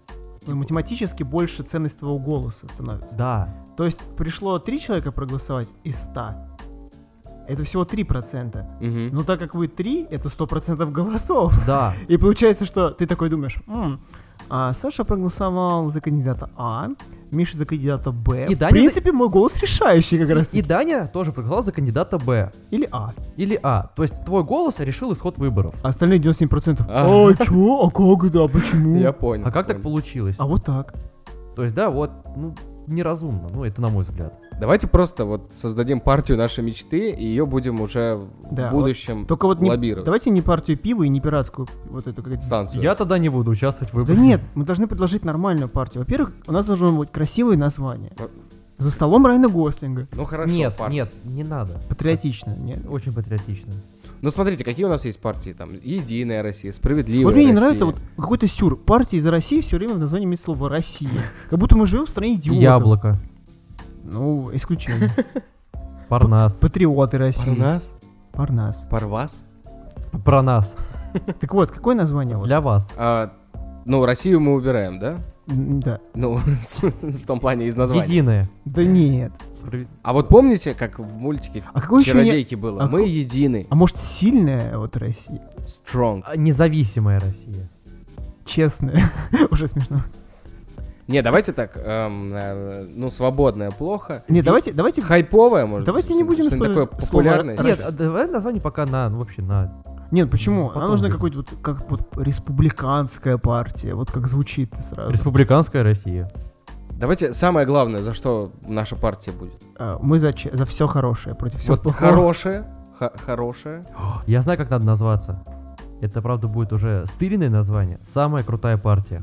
B: математически больше ценность твоего голоса становится.
A: Да.
B: То есть пришло три человека проголосовать из ста. Это всего три процента.
C: Мгм.
B: Но так как вы три, это сто процентов голосов.
A: Да.
B: И получается, что ты такой думаешь, «М, а Саша проголосовал за кандидата А, Миша за кандидата Б.
A: И
B: В
A: Даня
B: принципе, мой голос решающий как раз.
A: И Даня тоже проголосовал за кандидата Б
B: Или А.
A: или А. То есть твой голос решил исход выборов.
B: А остальные девяносто семь процентов.
C: А.
B: А, чё? А как это? А почему?
C: Я понял.
A: А как так
C: понял.
A: получилось?
B: А вот так.
A: То есть, да, вот, ну, неразумно. Ну, это на мой взгляд.
C: Давайте просто вот создадим партию нашей мечты, и ее будем уже в
B: Да,
C: будущем
B: Только вот не,
C: лоббировать.
B: давайте не партию пива и не пиратскую вот эту как
C: Станцию.
A: Я тогда не буду участвовать в
B: Да
A: выборах.
B: нет, мы должны предложить нормальную партию. Во-первых, у нас должно быть красивое название.
C: Ну,
B: За столом Райана Гослинга.
C: Ну хорошо,
A: Нет,
C: партия.
A: нет, не надо.
B: Патриотично, нет?
A: Очень патриотично.
C: Ну смотрите, какие у нас есть партии там. Единая Россия, Справедливая
B: Вот мне не
C: Россия.
B: нравится вот какой-то сюр. Партия из России все время в названии имеет слово Россия. Как будто мы живем в стране идиотов.
A: Яблоко.
B: Ну, исключение.
A: Парнас.
B: Патриоты России.
C: Парнас?
B: Парнас.
C: Парвас?
A: Про нас.
B: Так вот, какое название? Вот?
A: Для вас.
C: А, ну, Россию мы убираем, да?
B: М, Да.
C: Ну, в том плане из названия.
A: Единое.
B: Да нет.
A: Справед-
C: А вот помните, как в мультике
B: А какое еще не...
C: «Чародейки» было?
B: а
C: Мы
B: ко-
C: едины.
B: А может сильная вот Россия?
C: Strong.
A: А, Независимая Россия.
B: Честная. Уже смешно.
C: Не, давайте так, эм, э, ну, свободное плохо.
B: Не, давайте, давайте...
C: Хайповое, может
B: Давайте
C: быть,
B: не будем
C: что-нибудь такое
B: использовать слово
C: популярное.
B: «Россия».
A: Нет, а давай название пока на, ну, вообще на...
B: Нет, почему?
A: Потом
B: Она нужна
A: будет.
B: какой-то вот, как вот республиканская партия. Вот как звучит сразу.
A: Республиканская Россия.
C: Давайте самое главное, за что наша партия будет.
B: А, Мы за, че- за все хорошее, против всего
C: Вот
B: плохого.
C: хорошее, х- хорошее.
A: Я знаю, как надо назваться. Это, правда, будет уже стыренное название. Самая крутая партия.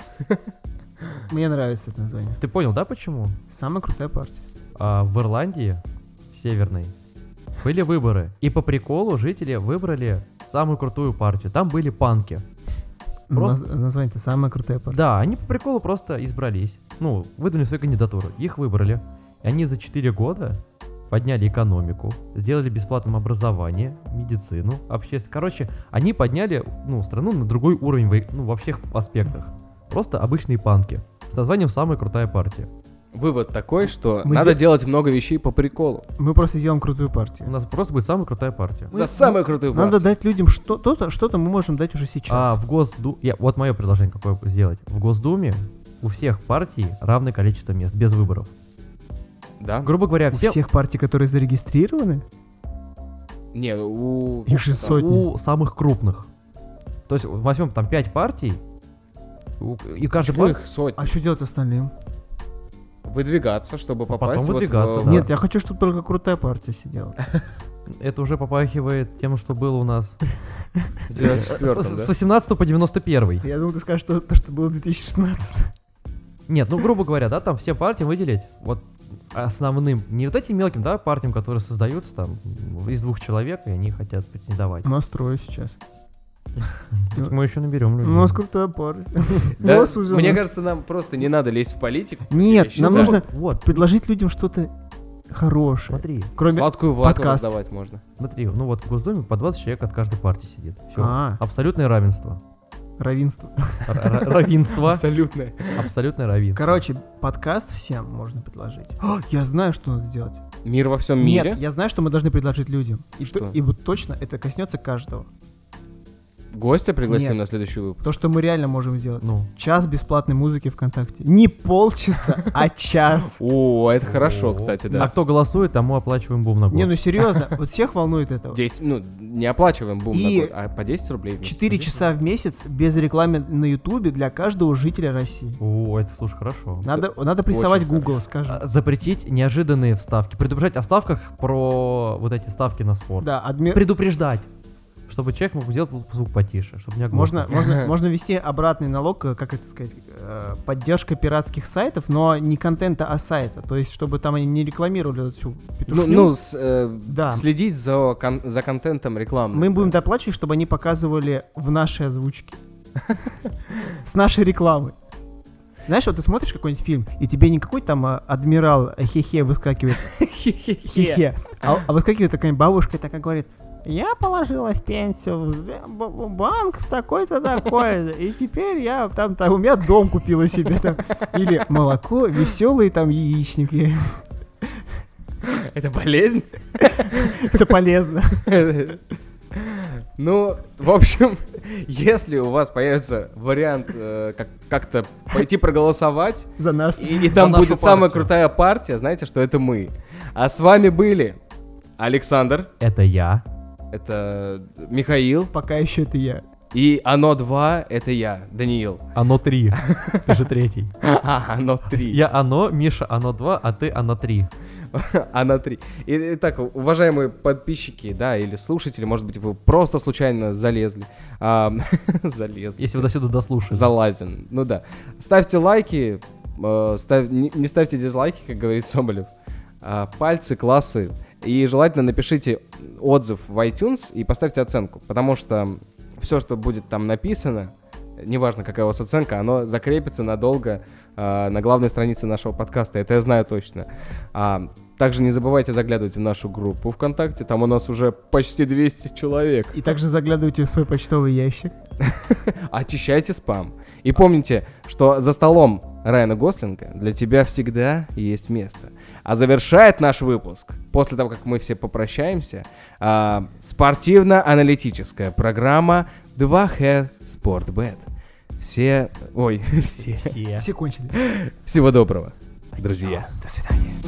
B: Мне нравится это название.
A: Ты понял, да, почему?
B: Самая крутая партия.
A: А, в Ирландии, в Северной, были выборы. И по приколу жители выбрали самую крутую партию. Там были панки. Просто-
B: Наз- Название-то самая крутая партия.
A: Да, они по приколу просто избрались. Ну, выдвинули свою кандидатуру. Их выбрали. И они за четыре года подняли экономику, сделали бесплатным образование, медицину, общественность. Короче, они подняли, ну, страну на другой уровень во- ну, во всех аспектах. Просто обычные панки. С названием «Самая крутая партия».
C: Вывод такой, что
B: Мы
C: надо
B: сдел-
C: делать много вещей по приколу.
B: Мы просто сделаем крутую
A: У
B: партию.
A: нас просто будет самая крутая партия.
C: За самую крутую партию.
B: Надо дать людям что-то, что-то мы можем дать уже сейчас.
A: А в Госдуме... Вот мое предложение какое сделать. В Госдуме у всех партий равное количество мест, без выборов.
C: Да?
A: Грубо говоря,
B: У
A: все...
B: всех партий, которые зарегистрированы,
C: Не, у...
B: их же сотни.
A: У самых крупных. То есть возьмем там пять партий, у- и каждый
C: Почему
A: пар-
C: их сотни?
B: А что делать остальным?
C: Выдвигаться, чтобы
A: Потом
C: попасть вот
A: выдвигаться,
C: в-
A: да.
B: Нет, я хочу, чтобы только крутая партия сидела.
A: это уже попахивает тем, что было у нас
C: в девяносто четвёртом,
A: с,
C: да?
A: с восемнадцатого по девяносто первый.
B: Я думал, ты скажешь, что то, что было в две тысячи шестнадцатом.
A: Нет, ну грубо говоря, да, там все партии выделить вот основным, не вот этим мелким, да, партиям, которые создаются там из двух человек, и они хотят претендовать.
B: Настрою сейчас.
A: Так мы еще наберем
B: У
A: людей.
B: нас крутая партия.
C: Да,
B: Голос уже
C: мне
B: у нас.
C: кажется, нам просто не надо лезть в политику.
B: Нет,
C: Вещи,
B: нам
C: да.
B: нужно
A: Вот,
B: предложить людям что-то хорошее.
A: смотри,
B: Кроме...
C: Сладкую вату
B: подкаст.
C: раздавать можно.
A: смотри, ну вот в Госдуме по двадцать человек от каждой партии сидит. Все.
B: А.
A: Абсолютное равенство.
B: Равенство.
A: Р- р- Равенство.
C: Абсолютно.
A: Абсолютное равенство.
B: Короче, подкаст всем можно предложить. О, я знаю, что надо сделать.
C: Мир во всем мире.
B: Нет, я знаю, что мы должны предложить людям. И,
C: Что?
B: то- и вот точно это коснется каждого.
C: Гостя пригласим
B: Нет.
C: на следующий выпуск.
B: То, что мы реально можем сделать.
A: Ну,
B: Час бесплатной музыки ВКонтакте. Не полчаса, а час.
C: О, это хорошо,
A: О.
C: кстати,
A: А
C: да.
A: кто голосует, тому оплачиваем бум на год.
B: Не, ну серьезно, вот всех волнует это.
C: десять, ну, не оплачиваем бум
B: И
C: на год, а по десять рублей в месяц.
B: Четыре часа в месяц без рекламы на Ютубе для каждого жителя России.
A: О, это, слушай, хорошо.
B: Надо, надо прессовать
C: очень
B: Google,
C: хорошо.
B: скажем.
A: А, Запретить неожиданные вставки. Предупреждать о ставках про вот эти ставки на спорт.
B: Да, адми-
A: Предупреждать. Чтобы человек мог сделать звук потише, чтобы не оглохнуть.
B: Можно, можно, можно ввести обратный налог, э, как это сказать, э, поддержка пиратских сайтов, но не контента, а сайта. То есть, чтобы там они не рекламировали эту всю
C: Ну,
B: петушню.
C: ну, с, э,
B: Да.
C: следить за, кон- за контентом рекламным.
B: Мы им будем
C: да.
B: доплачивать, чтобы они показывали в нашей озвучке. С нашей рекламой. Знаешь, вот ты смотришь какой-нибудь фильм, и тебе не какой-то там а, адмирал а, хе-хе выскакивает, хе-хе, а, а выскакивает такая бабушка и такая говорит: я положила в пенсию в Сбе- б- б- банк с такой-то такой, и теперь я там, там, у меня дом купила себе там, или молоко, веселые там яичники.
C: Это болезнь?
B: Это полезно.
C: Ну, в общем, если у вас появится вариант э, как- как-то пойти проголосовать,
B: За нас.
C: и, и там
A: нашу
C: будет самая
A: партию.
C: крутая партия, знаете, что это мы. А с вами были Александр,
A: Это я.
C: это Михаил,
B: Пока еще это я.
C: и Оно два, это я, Даниил.
A: Оно три. Ты же третий.
C: А, Оно три.
A: Я оно, Миша оно два, а ты оно три.
C: Оно три. И, итак, уважаемые подписчики, да, или слушатели, может быть, вы просто случайно залезли. А, залезли.
A: Если вы до сюда дослушали.
C: Залазен. Ну да. Ставьте лайки, э, став- не, не ставьте дизлайки, как говорит Соболев. А, пальцы, классы. И желательно напишите отзыв в iTunes и поставьте оценку, потому что все, что будет там написано, неважно, какая у вас оценка, оно закрепится надолго э, на главной странице нашего подкаста. Это я знаю точно. А, также не забывайте заглядывать в нашу группу ВКонтакте. Там у нас уже почти двести человек.
B: И также заглядывайте в свой почтовый ящик.
C: Очищайте спам. И помните, что за столом Райана Гослинга для тебя всегда есть место. А завершает наш выпуск, после того, как мы все попрощаемся, а, спортивно-аналитическая программа два ха Спортбет. Все... Ой, все.
A: Все.
B: Все кончили.
C: Всего доброго, друзья. До свидания.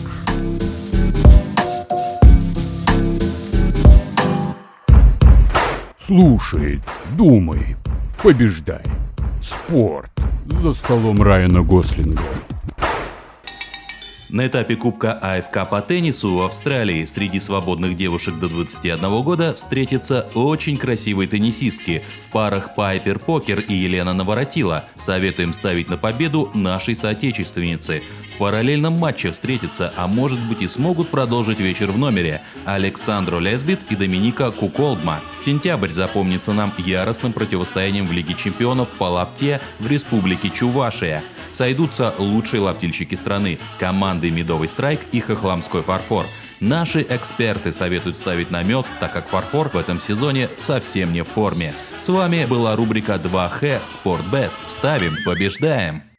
D: Слушай, думай, побеждай. Спорт за столом Райана Гослинга.
F: На этапе Кубка АФК по теннису в Австралии среди свободных девушек до двадцати одного года встретятся очень красивые теннисистки в парах Пайпер Покер и Елена Наворотила. Советуем ставить на победу нашей соотечественницы. В параллельном матче встретятся, а может быть и смогут продолжить вечер в номере, Александро Лесбит и Доминика Куколдма. Сентябрь запомнится нам яростным противостоянием в Лиге чемпионов по лапте в Республике Чувашия. Сойдутся лучшие лаптильщики страны, команды Медовый Страйк и Хохламской Фарфор. Наши эксперты советуют ставить на мед, так как фарфор в этом сезоне совсем не в форме. С вами была рубрика два ха Спортбет. Ставим, побеждаем!